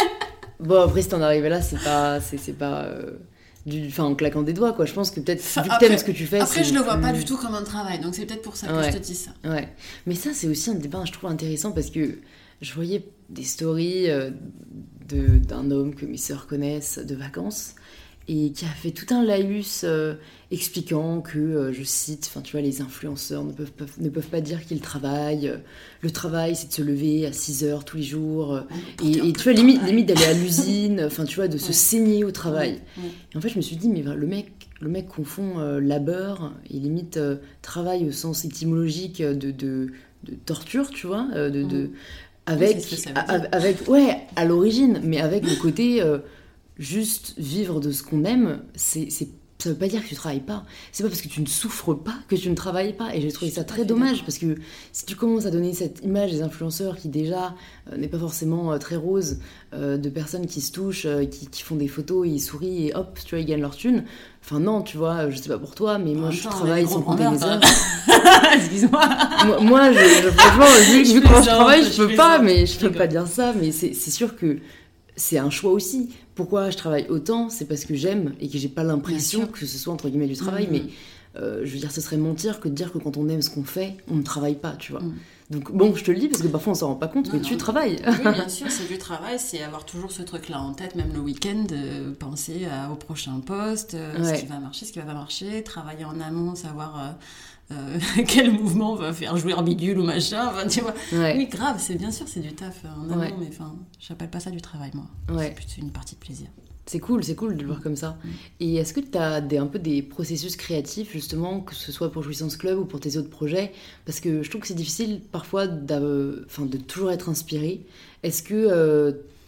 Bon, après, si t'en arrives là, c'est pas, c'est, c'est pas euh, du, enfin, en claquant des doigts, quoi. Je pense que peut-être, vu que Après- t'aimes ce que tu fais, Après, c'est je le vois plus- pas du tout comme un travail, donc c'est peut-être pour ça que Ouais. je te dis ça. Ouais. Mais ça, c'est aussi un débat, je trouve, intéressant parce que je voyais des stories euh, de, d'un homme que mes sœurs connaissent de vacances et qui a fait tout un laïus euh, expliquant que, euh, je cite, enfin, tu vois, les influenceurs ne peuvent, peuvent- ne peuvent pas dire qu'ils travaillent. Euh, Le travail, c'est de se lever à six heures tous les jours. euh, Pour Et, dire et que tu vois, le limite, travail- limite d'aller à l'usine, enfin, tu vois, de se Ouais. saigner au travail. Ouais, ouais. Et en fait, je me suis dit, mais le mec, le mec confond euh, labeur et limite euh, travail au sens étymologique de, de, de torture, tu vois, euh, de, de, Mhm. avec, Oui, c'est ce que ça veut a- dire. avec, ouais, à l'origine, mais avec le côté euh, juste vivre de ce qu'on aime, c'est, c'est, ça veut pas dire que tu travailles pas. C'est pas parce que tu ne souffres pas que tu ne travailles pas. Et j'ai trouvé Je suis ça tout à très fait dommage d'accord. parce que si tu commences à donner cette image des influenceurs qui déjà euh, n'est pas forcément euh, très rose, euh, de personnes qui se touchent, euh, qui, qui font des photos, ils sourient et hop, tu vois, ils gagnent leur thune. Enfin non, tu vois, je sais pas pour toi, mais En moi même je temps, on est travaille des sans gros compter mes branleurs, heures. Excuse-moi. moi, moi, je, je- franchement, vu, Je vu comment je plaisante, travaille, je je peux pas, plaisante, mais je je peux rigole. pas dire ça, mais c'est c'est sûr que c'est un choix aussi. Pourquoi je travaille autant? C'est parce que j'aime et que j'ai pas l'impression Bien sûr. que ce soit entre guillemets du travail, Mhm. mais euh, je veux dire, ce serait mentir que de dire que quand on aime ce qu'on fait, on ne travaille pas, tu vois. Mhm. Donc bon, je te le dis parce que parfois on s'en rend pas compte, Non, mais non, tu mais- travailles. Oui, bien sûr, c'est du travail, c'est avoir toujours ce truc-là en tête, même le week-end, euh, penser à- au prochain poste, euh, Ouais. ce qui va marcher, ce qui va pas marcher, travailler en amont, savoir euh, euh, quel mouvement va faire jouer bidule ou machin, enfin, tu vois. Ouais. Oui, grave, c'est bien sûr, c'est du taf euh, en amont, Ouais. mais enfin, j'appelle pas ça du travail, moi. Ouais. C'est plutôt une partie de plaisir. C'est cool, c'est cool de le voir comme ça. Et est-ce que tu as des, un peu des processus créatifs, justement, que ce soit pour Jouissance Club ou pour tes autres projets? Parce que je trouve que c'est difficile parfois d'a- enfin, de toujours être inspiré. Est-ce que, euh,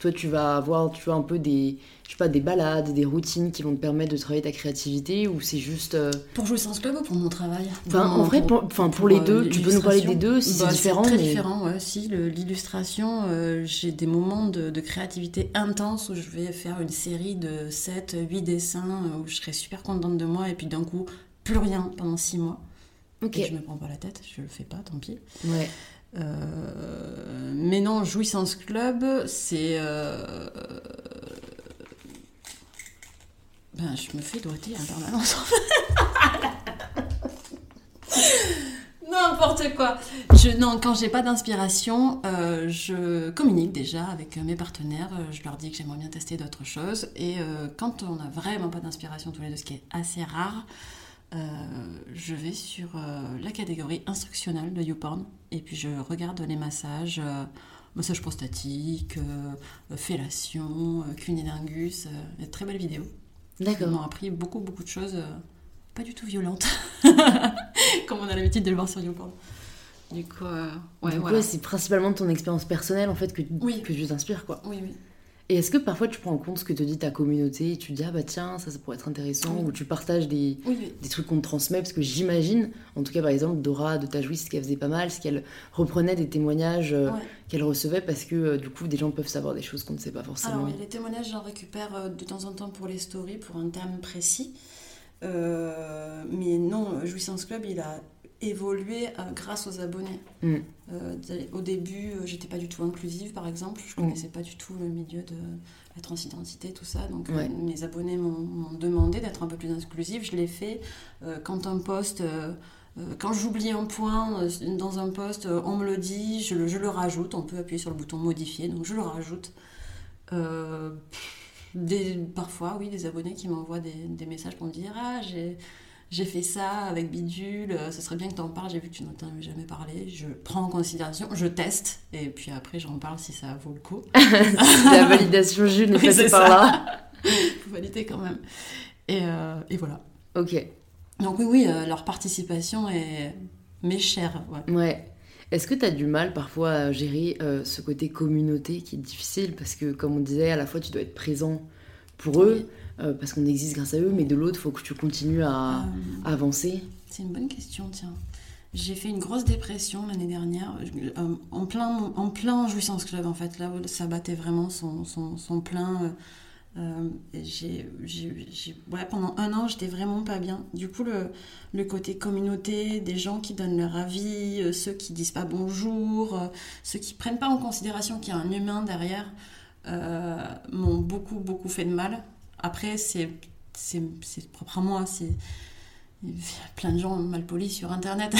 toi tu vas avoir, tu vois, un peu des, je sais pas, des balades, des routines qui vont te permettre de travailler ta créativité, ou c'est juste... euh, Pour Jouissance Club ou pour mon travail? Enfin, Pour- en vrai, pour- pour, enfin, pour, pour, les euh, deux, tu peux nous parler des deux, si Bah, c'est différent. très mais... différent, ouais. Si, le- l'illustration, euh, j'ai des moments de, de créativité intense où je vais faire une série de sept, huit dessins euh, où je serai super contente de moi et puis d'un coup, plus rien pendant six mois. Ok. Et je me prends pas la tête, je le fais pas, tant pis. Ouais. Euh, mais non, Jouissance Club, c'est... euh, Ben, je me fais doigter en permanence, en fait. N'importe quoi. Je, non, quand j'ai pas d'inspiration, euh, je communique déjà avec mes partenaires. Je leur dis que j'aimerais bien tester d'autres choses. Et euh, quand on n'a vraiment pas d'inspiration tous les deux, ce qui est assez rare, euh, je vais sur euh, la catégorie instructionnelle de YouPorn. Et puis je regarde les massages, euh, massage prostatique, euh, fellation, euh, cunilingus, euh, des très belles vidéos. D'accord. Ils m'ont appris beaucoup, beaucoup de choses, euh, pas du tout violentes, comme on a l'habitude de le voir sur YouPorn. Du coup, euh, ouais, Donc, voilà. ouais, c'est principalement ton expérience personnelle en fait que, Oui. que tu t'inspires, quoi. Oui, oui. Et est-ce que parfois tu prends en compte ce que te dit ta communauté et tu te dis ah bah tiens ça ça pourrait être intéressant, Oui. ou tu partages des, Oui, oui. des trucs qu'on te transmet, parce que j'imagine, en tout cas par exemple Dora de Tajouis, ce qu'elle faisait pas mal, c'est qu'elle reprenait des témoignages euh, Ouais. qu'elle recevait, parce que euh, du coup des gens peuvent savoir des choses qu'on ne sait pas forcément. Alors, les témoignages, j'en récupère euh, de temps en temps pour les stories, pour un terme précis. Euh, mais non, Jouissance Club, il a évolué euh, grâce aux abonnés. Mm. Euh, au début, euh, j'étais pas du tout inclusive, par exemple. Je connaissais pas du tout le milieu de la transidentité, tout ça. Donc, Ouais. euh, mes abonnés m'ont, m'ont demandé d'être un peu plus inclusive. Je l'ai fait euh, quand un post... euh, euh, quand j'oublie un point euh, dans un post, euh, on me le dit, je le, je le rajoute. On peut appuyer sur le bouton modifier, donc je le rajoute. Euh, des, parfois, oui, des abonnés qui m'envoient des, des messages pour me dire « Ah, j'ai, j'ai fait ça avec Bidule, euh, ça serait bien que tu en parles, j'ai vu que tu n'en avais jamais parlé. » Je prends en considération, je teste, et puis après, j'en parle si ça vaut le coup. La validation Jules est Oui, passée c'est par ça. là. Faut valider quand même. Et, euh, et voilà. Ok. Donc oui, oui, euh, leur participation est m'est chère. Ouais. Ouais. Est-ce que tu as du mal parfois à gérer euh, ce côté communauté qui est difficile, parce que comme on disait, à la fois tu dois être présent pour eux, euh, parce qu'on existe grâce à eux, mais de l'autre, il faut que tu continues à Euh, avancer. C'est une bonne question, tiens. J'ai fait une grosse dépression l'année dernière, euh, en, plein, en plein Jouissance Club, en fait, là où ça battait vraiment son, son, son plein. Euh, euh, j'ai, j'ai, j'ai, ouais, pendant un an, j'étais vraiment pas bien. Du coup, le, le côté communauté, des gens qui donnent leur avis, euh, ceux qui disent pas bonjour, euh, ceux qui prennent pas en considération qu'il y a un humain derrière, euh, m'ont beaucoup, beaucoup fait de mal. Après, c'est, c'est, c'est propre à moi, c'est... Il y a plein de gens mal polis sur Internet.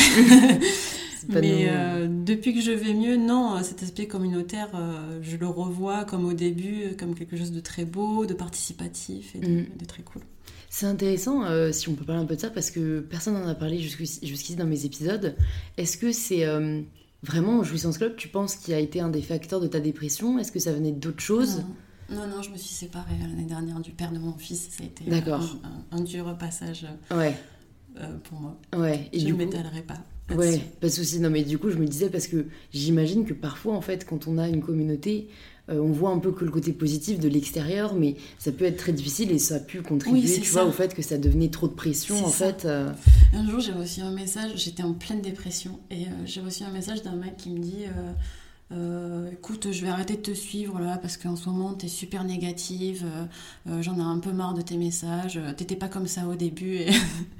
Pas Mais nous. euh, depuis que je vais mieux, non, cet aspect communautaire, euh, je le revois comme au début, comme quelque chose de très beau, de participatif et de, Mm. de très cool. C'est intéressant, euh, si on peut parler un peu de ça, parce que personne n'en a parlé jusqu'ici, jusqu'ici dans mes épisodes. Est-ce que c'est euh, vraiment Jouissance Club, tu penses, qui a été un des facteurs de ta dépression? Est-ce que ça venait d'autres choses? Non, non, non, je me suis séparée l'année dernière du père de mon fils. Ça a été D'accord. un, un, un dur passage Ouais, euh, pour moi. ouais. Et je du ne coup, m'étalerai pas. ouais, là-dessus. pas de souci. Non, mais du coup, je me disais, parce que j'imagine que parfois, en fait, quand on a une communauté, euh, on voit un peu que le côté positif de l'extérieur, mais ça peut être très difficile et ça a pu contribuer, Oui, c'est tu ça. vois, au fait que ça devenait trop de pression, C'est en ça. fait. euh. Un jour, j'ai reçu un message, j'étais en pleine dépression, et euh, j'ai reçu un message d'un mec qui me dit euh, euh, écoute, je vais arrêter de te suivre là, parce qu'en ce moment, t'es super négative, euh, euh, j'en ai un peu marre de tes messages, euh, t'étais pas comme ça au début. Et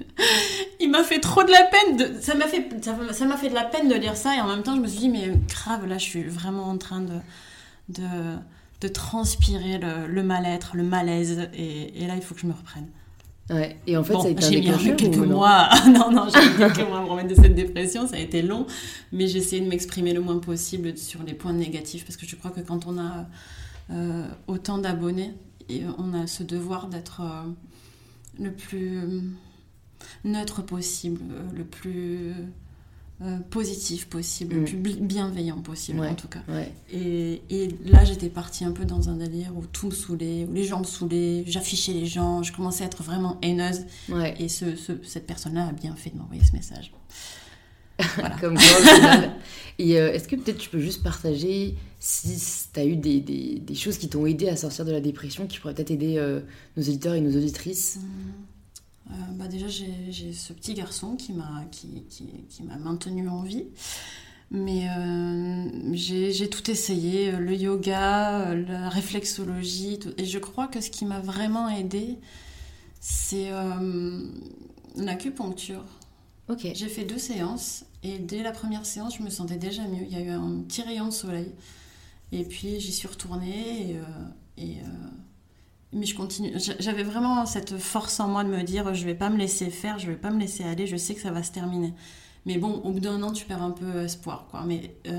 il m'a fait trop de la peine, de... ça, m'a fait... Ça, ça m'a fait de la peine de lire ça, et en même temps, je me suis dit, mais grave, là, je suis vraiment en train de... de... de transpirer le, le mal-être, le malaise, et, et là, il faut que je me reprenne. Ouais. Et en fait, Bon, ça a été un j'ai mis déclencheur quelques ou non? mois, non, non, j'ai mis quelques mois à me remettre de cette dépression, ça a été long, mais j'ai essayé de m'exprimer le moins possible sur les points négatifs, parce que je crois que quand on a euh, autant d'abonnés, et on a ce devoir d'être euh, le plus neutre possible, euh, le plus euh, positif possible, Mm. le plus bi- bienveillant possible, Ouais. en tout cas. Ouais. Et, et là, j'étais partie un peu dans un délire où tout me saoulait, où les gens me saoulaient, j'affichais les gens, je commençais à être vraiment haineuse. Ouais. Et ce, ce- cette personne-là a bien fait de m'envoyer ce message. Voilà. Comme quoi, au final. Et euh, est-ce que peut-être tu peux juste partager si tu as eu des, des, des choses qui t'ont aidé à sortir de la dépression, qui pourraient peut-être aider euh, nos auditeurs et nos auditrices? Mmh. Euh, bah déjà, j'ai, j'ai ce petit garçon qui m'a, qui, qui, qui m'a maintenu en vie. Mais euh, j'ai, j'ai tout essayé, le yoga, la réflexologie. Tout. Et je crois que ce qui m'a vraiment aidée, c'est euh, l'acupuncture. Ok. J'ai fait deux séances et dès la première séance, je me sentais déjà mieux. Il y a eu un petit rayon de soleil. Et puis j'y suis retournée. Et, euh, et, euh, mais je continue. J'avais vraiment cette force en moi de me dire je vais pas me laisser faire, je vais pas me laisser aller, je sais que ça va se terminer. Mais bon, au bout d'un an, tu perds un peu espoir, quoi. Mais euh,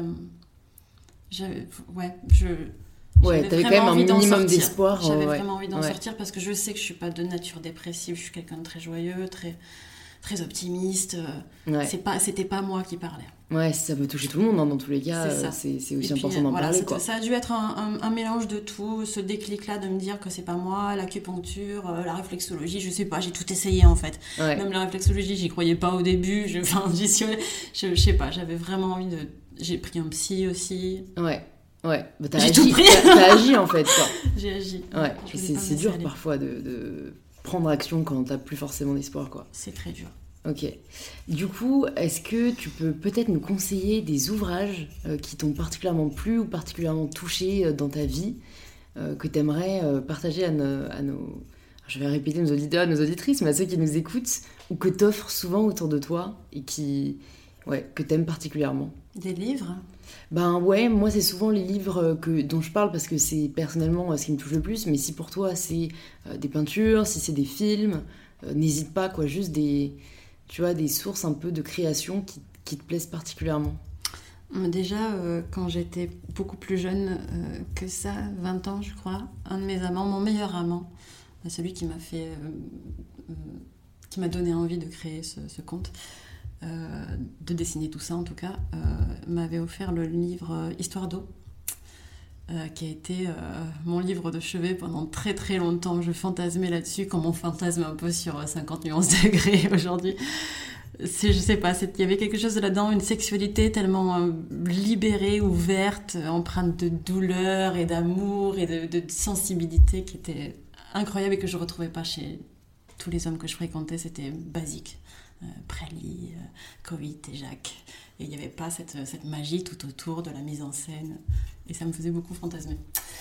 j'avais, ouais, je. Ouais, t'avais quand même un minimum d'espoir. J'avais ouais. vraiment envie d'en ouais. sortir parce que je sais que je suis pas de nature dépressive. Je suis quelqu'un de très joyeux, très, très optimiste. Ouais. C'est pas, c'était pas moi qui parlais. Ouais, ça peut toucher tout le monde, hein, dans tous les cas. C'est, ça. c'est, c'est aussi puis, important d'en voilà, parler, c'est, quoi. Ça a dû être un, un, un mélange de tout, ce déclic-là de me dire que c'est pas moi, l'acupuncture, euh, la réflexologie, je sais pas, j'ai tout essayé en fait. Ouais. Même la réflexologie, j'y croyais pas au début. Je, enfin, j'y suis, je, je sais pas, j'avais vraiment envie de. J'ai pris un psy aussi. Ouais. Ouais, bah, t'as J'ai agi, tout pris. t'as, t'as agi en fait, quoi. J'ai agi. Ouais, Je c'est, c'est dur aller. parfois de, de prendre action quand t'as plus forcément d'espoir, quoi. C'est très dur. Ok. Du coup, est-ce que tu peux peut-être nous conseiller des ouvrages euh, qui t'ont particulièrement plu ou particulièrement touché euh, dans ta vie, euh, que t'aimerais euh, partager à nos, à nos... Je vais répéter nos auditeurs, à nos auditrices, mais à ceux qui nous écoutent, ou que t'offres souvent autour de toi et qui... Ouais, que t'aimes particulièrement. Des livres ? Ben ouais, moi c'est souvent les livres que, dont je parle parce que c'est personnellement ce qui me touche le plus, mais si pour toi c'est euh, des peintures, si c'est des films, euh, n'hésite pas, quoi, juste des, tu vois, des sources un peu de création qui, qui te plaisent particulièrement. Déjà, euh, quand j'étais beaucoup plus jeune euh, que ça, vingt ans je crois, un de mes amants, mon meilleur amant, celui qui m'a fait, euh, euh, qui m'a donné envie de créer ce, ce conte, Euh, de dessiner tout ça en tout cas, euh, m'avait offert le livre euh, Histoire d'eau, euh, qui a été euh, mon livre de chevet pendant très très longtemps. Je fantasmais là-dessus comme on fantasme un peu sur cinquante nuances degrés aujourd'hui. C'est, je sais pas, il y avait quelque chose là-dedans, une sexualité tellement euh, libérée, ouverte, empreinte de douleur et d'amour et de, de sensibilité qui était incroyable et que je retrouvais pas chez tous les hommes que je fréquentais. C'était basique. Euh, Préli, euh, Covid et Jacques. Et il n'y avait pas cette, cette magie tout autour de la mise en scène. Et ça me faisait beaucoup fantasmer.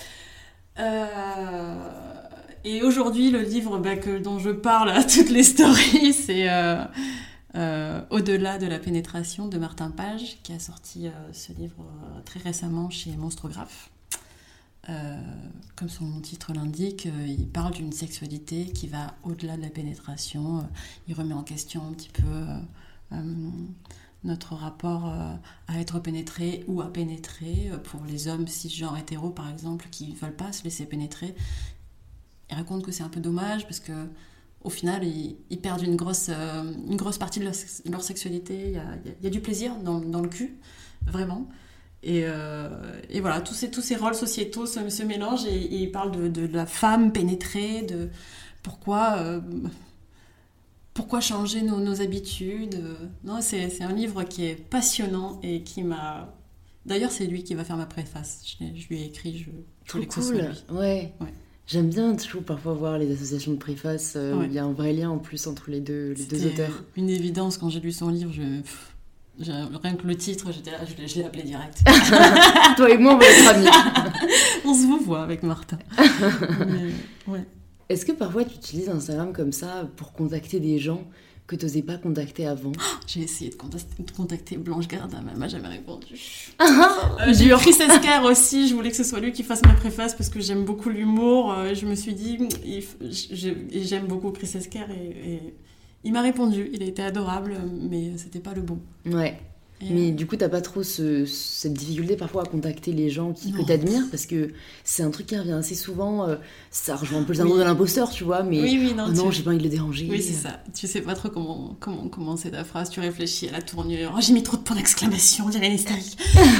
Euh, et aujourd'hui, le livre bah, que, dont je parle à toutes les stories, c'est euh, euh, Au-delà de la pénétration de Martin Page, qui a sorti euh, ce livre euh, très récemment chez Monstrographe. Euh, comme son titre l'indique, euh, il parle d'une sexualité qui va au-delà de la pénétration. Euh, il remet en question un petit peu euh, euh, notre rapport euh, à être pénétré ou à pénétrer. Euh, pour les hommes cisgenres hétéros, par exemple, qui ne veulent pas se laisser pénétrer, il raconte que c'est un peu dommage parce que au final, ils, ils perdent une grosse, euh, une grosse partie de leur, leur sexualité. Il y a, il y a du plaisir dans, dans le cul, vraiment. Et, euh, et voilà, tous ces, tous ces rôles sociétaux se, se mélangent et, et il parle de, de la femme pénétrée, de pourquoi, euh, pourquoi changer nos, nos habitudes. Non, c'est, c'est un livre qui est passionnant et qui m'a... D'ailleurs, c'est lui qui va faire ma préface. Je, je lui ai écrit, je, je voulais que ce soit lui. Ouais. Ouais. J'aime bien toujours parfois voir les associations de préfaces, euh, ouais. où il y a un vrai lien en plus entre les deux, les deux auteurs. Une évidence quand j'ai lu son livre, je... J'ai, rien que le titre, j'étais là, je l'ai, je l'ai appelé direct. Toi et moi, on va être amis. On se vous voit avec Martin. Mais, ouais. Est-ce que parfois tu utilises Instagram comme ça pour contacter des gens que tu n'osais pas contacter avant? J'ai essayé de contacter, de contacter Blanche Gardin, mais elle m'a jamais répondu. Ah, euh, j'ai eu Chris Esquire aussi, je voulais que ce soit lui qui fasse ma préface parce que j'aime beaucoup l'humour. Euh, je me suis dit, il, je, j'aime beaucoup Chris Esquire et... et il m'a répondu, il a été adorable, mais c'était pas le bon. Ouais. Et mais euh... du coup, t'as pas trop ce, cette difficulté parfois à contacter les gens qui, que t'admires, parce que c'est un truc qui revient assez souvent. Euh, ça rejoint un peu le syndrome oui. de l'imposteur, tu vois, mais oui, oui, non, oh non, tu... j'ai pas envie de le déranger. Oui, c'est ça. Tu sais pas trop comment, comment commencer ta phrase, tu réfléchis à la tournure. Oh, j'ai mis trop de points d'exclamation, on dirait une hystérique.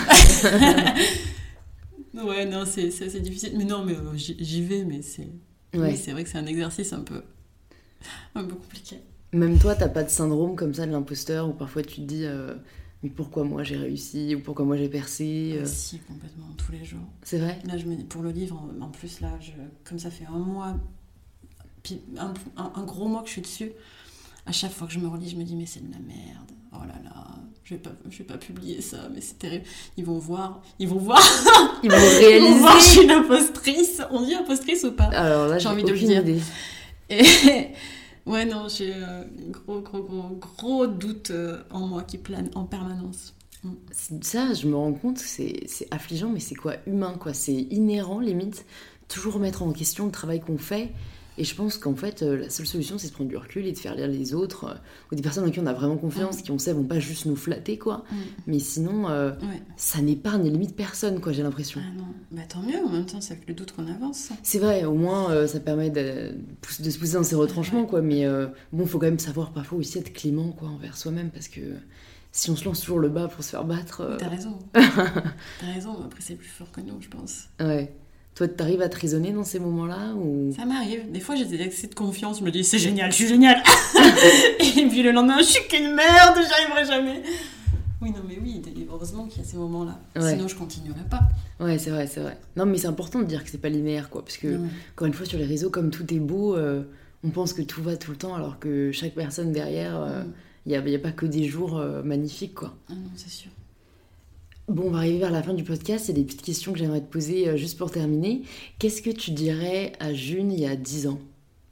Ouais, non, c'est, c'est assez difficile. Mais non, mais euh, j'y, j'y vais, mais c'est... Ouais. Oui, c'est vrai que c'est un exercice un peu, un peu compliqué. Même toi, t'as pas de syndrome comme ça de l'imposteur où parfois tu te dis euh, mais pourquoi moi j'ai réussi ou pourquoi moi j'ai percé euh... Si, complètement, tous les jours. C'est vrai? Là, je me... pour le livre, en plus, là, je... comme ça fait un mois, puis un, un, un gros mois que je suis dessus, à chaque fois que je me relis, je me dis, mais c'est de la merde. Oh là là, je vais pas, je vais pas publier ça, mais c'est terrible. Ils vont voir, ils vont voir, ils vont réaliser. Ils vont voir, je suis une impostrice. On dit impostrice ou pas? Alors là, j'ai, j'ai envie de le dire. Idée. Et ouais, non, j'ai un gros, gros, gros, gros doute en moi qui plane en permanence. Ça, je me rends compte, c'est, c'est affligeant, mais c'est quoi, humain, quoi. C'est inhérent, limite, toujours remettre en question le travail qu'on fait. Et je pense qu'en fait, euh, la seule solution, c'est de prendre du recul et de faire lire les autres, euh, ou des personnes en qui on a vraiment confiance, mmh. qui, on sait, vont pas juste nous flatter, quoi. Mmh. Mais sinon, euh, ouais. ça n'épargne limite personne, quoi, j'ai l'impression. Ah non, bah tant mieux, en même temps, c'est avec le doute qu'on avance. C'est vrai, au moins, euh, ça permet de, de se pousser dans ses retranchements, ouais. quoi. Mais euh, bon, faut quand même savoir parfois aussi être clément, quoi, envers soi-même, parce que si on se lance toujours le bas pour se faire battre... Euh... T'as raison. T'as raison, après c'est plus fort que nous, je pense. Ouais. Toi, t'arrives à te raisonner dans ces moments-là ou... Ça m'arrive. Des fois, j'ai des excès de confiance. Je me dis, c'est génial, je suis génial. Et puis le lendemain, je suis qu'une merde, j'y arriverai jamais. Oui, non, mais oui, heureusement qu'il y a ces moments-là. Ouais. Sinon, je continuerais pas. Ouais, c'est vrai, c'est vrai. Non, mais c'est important de dire que c'est pas linéaire, quoi. Parce que, ouais. encore une fois, sur les réseaux, comme tout est beau, euh, on pense que tout va tout le temps, alors que chaque personne derrière, il euh, n'y mm. a, a pas que des jours euh, magnifiques, quoi. Ah non, c'est sûr. Bon, on va arriver vers la fin du podcast. Il y a des petites questions que j'aimerais te poser euh, juste pour terminer. Qu'est-ce que tu dirais à June il y a dix ans?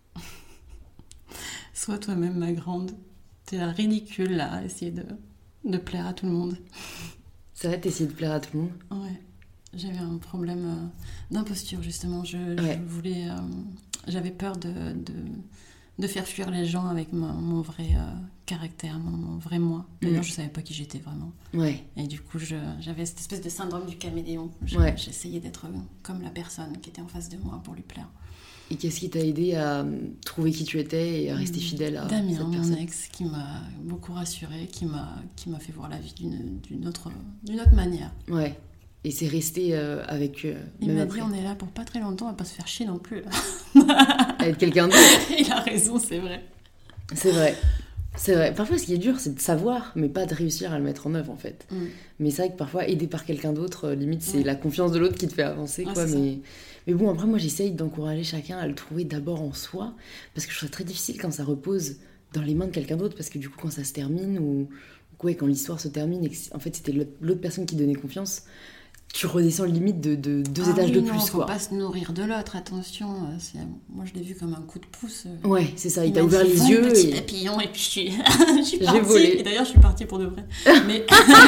Sois toi-même, ma grande. T'es la ridicule, là, à essayer de, de plaire à tout le monde. C'est vrai, t'essayais de plaire à tout le monde? Ouais. J'avais un problème euh, d'imposture, justement. Je, ouais. je voulais... Euh, j'avais peur de, de, de faire fuir les gens avec mon, mon vrai euh, caractère, mon, mon vrai moi. D'ailleurs, mmh. je savais pas qui j'étais vraiment. Ouais. Et du coup, je, j'avais cette espèce de syndrome du caméléon. Je, ouais. J'essayais d'être comme la personne qui était en face de moi pour lui plaire. Et qu'est-ce qui t'a aidé à trouver qui tu étais et à rester fidèle à Damien, cette personne? Mon ex, qui m'a beaucoup rassurée, qui m'a, qui m'a fait voir la vie d'une, d'une, autre, d'une autre manière. Ouais. Et c'est resté euh, avec eux. Il même m'a après. dit, on est là pour pas très longtemps, on va pas se faire chier non plus. Avec quelqu'un d'autre. Il a raison, c'est vrai. C'est vrai. C'est vrai. Parfois, ce qui est dur, c'est de savoir, mais pas de réussir à le mettre en œuvre, en fait. Mm. Mais c'est vrai que parfois, aidé par quelqu'un d'autre, limite, c'est ouais. la confiance de l'autre qui te fait avancer, ouais, quoi. Mais... mais bon, après, moi, j'essaye d'encourager chacun à le trouver d'abord en soi, parce que je trouve ça très difficile quand ça repose dans les mains de quelqu'un d'autre, parce que du coup, quand ça se termine, ou ouais, quand l'histoire se termine, et que, en fait, c'était l'autre personne qui donnait confiance, tu redescends limite de, de deux ah étages oui, de non, plus, faut quoi. pas se nourrir de l'autre, attention. C'est... Moi, je l'ai vu comme un coup de pouce. Ouais, c'est ça, il, il t'a ouvert les yeux. Petit et... papillon, et puis je suis, je suis partie. J'ai volé. Et d'ailleurs, je suis partie pour de vrai. mais...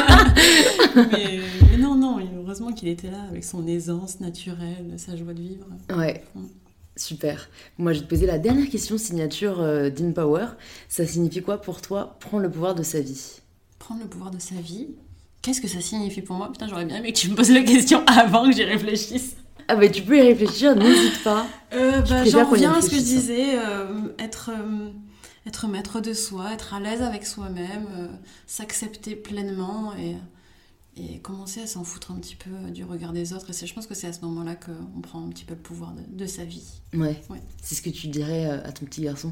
mais... mais non, non, heureusement qu'il était là avec son aisance naturelle, sa joie de vivre. Ouais. Hum. Super. Moi, je vais te poser la dernière question signature euh, d'InPower. Ça signifie quoi pour toi, prendre le pouvoir de sa vie? Prendre le pouvoir de sa vie? Qu'est-ce que ça signifie pour moi? Putain, j'aurais bien aimé que tu me poses la question avant que j'y réfléchisse. Ah bah tu peux y réfléchir, n'hésite pas. Euh, bah, j'en reviens à ce que je disais, euh, être, euh, être maître de soi, être à l'aise avec soi-même, euh, s'accepter pleinement et, et commencer à s'en foutre un petit peu du regard des autres. Et c'est, je pense que c'est à ce moment-là qu'on prend un petit peu le pouvoir de, de sa vie. Ouais. ouais. C'est ce que tu dirais à ton petit garçon?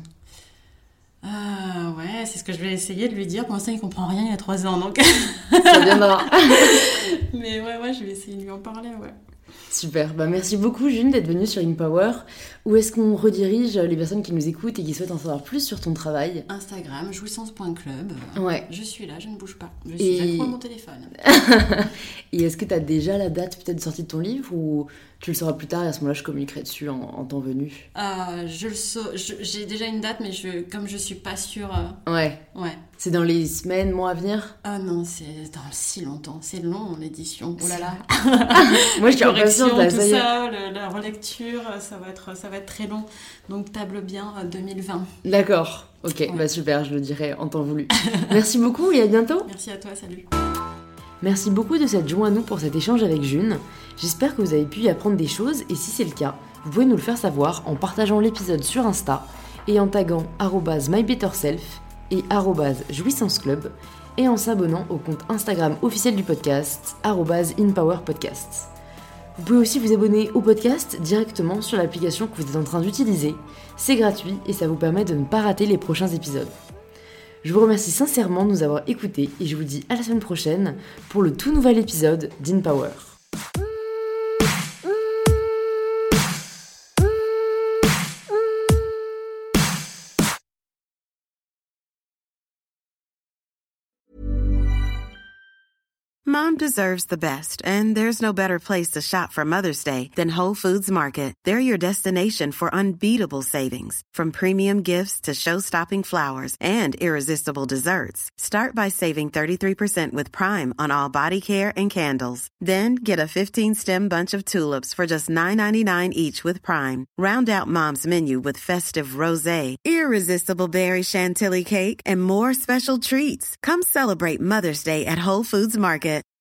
Ah ouais, c'est ce que je vais essayer de lui dire. Pour l'instant, il comprend rien, il a trois ans, donc... Ça viendra. Mais ouais, ouais, je vais essayer de lui en parler, ouais. Super, bah merci beaucoup June d'être venue sur InPower. Où est-ce qu'on redirige les personnes qui nous écoutent et qui souhaitent en savoir plus sur ton travail? Instagram, jouissance point club. Ouais. Je suis là, je ne bouge pas. Je suis et... accro à mon téléphone. Et est-ce que tu as déjà la date peut-être de sortie de ton livre ou tu le sauras plus tard et à ce moment-là je communiquerai dessus en, en temps venu? euh, je le so... je, J'ai déjà une date mais je... comme je suis pas sûre... Euh... Ouais. Ouais. C'est dans les semaines, mois à venir? Ah non, c'est dans si longtemps. C'est long l'édition. Oh là là. Moi je suis impatiente là, tout ça y est. ça, le, la relecture, ça va être, ça va être très long. Donc table bien deux mille vingt. D'accord. Ok, ouais. Bah super, je le dirai en temps voulu. Merci beaucoup et à bientôt. Merci à toi, salut. Merci beaucoup de s'être joint à nous pour cet échange avec June. J'espère que vous avez pu y apprendre des choses et si c'est le cas, vous pouvez nous le faire savoir en partageant l'épisode sur Insta et en taguant arobase mybetterself et arobase jouissanceclub et en s'abonnant au compte Instagram officiel du podcast arobase inpowerpodcast. Vous pouvez aussi vous abonner au podcast directement sur l'application que vous êtes en train d'utiliser. C'est gratuit et ça vous permet de ne pas rater les prochains épisodes. Je vous remercie sincèrement de nous avoir écoutés et je vous dis à la semaine prochaine pour le tout nouvel épisode d'InPower. Mom deserves the best, and there's no better place to shop for Mother's Day than Whole Foods Market. They're your destination for unbeatable savings, from premium gifts to show-stopping flowers and irresistible desserts. Start by saving thirty-three percent with Prime on all body care and candles. Then get a fifteen-stem bunch of tulips for just nine ninety-nine each with Prime. Round out Mom's menu with festive rosé, irresistible berry chantilly cake, and more special treats. Come celebrate Mother's Day at Whole Foods Market.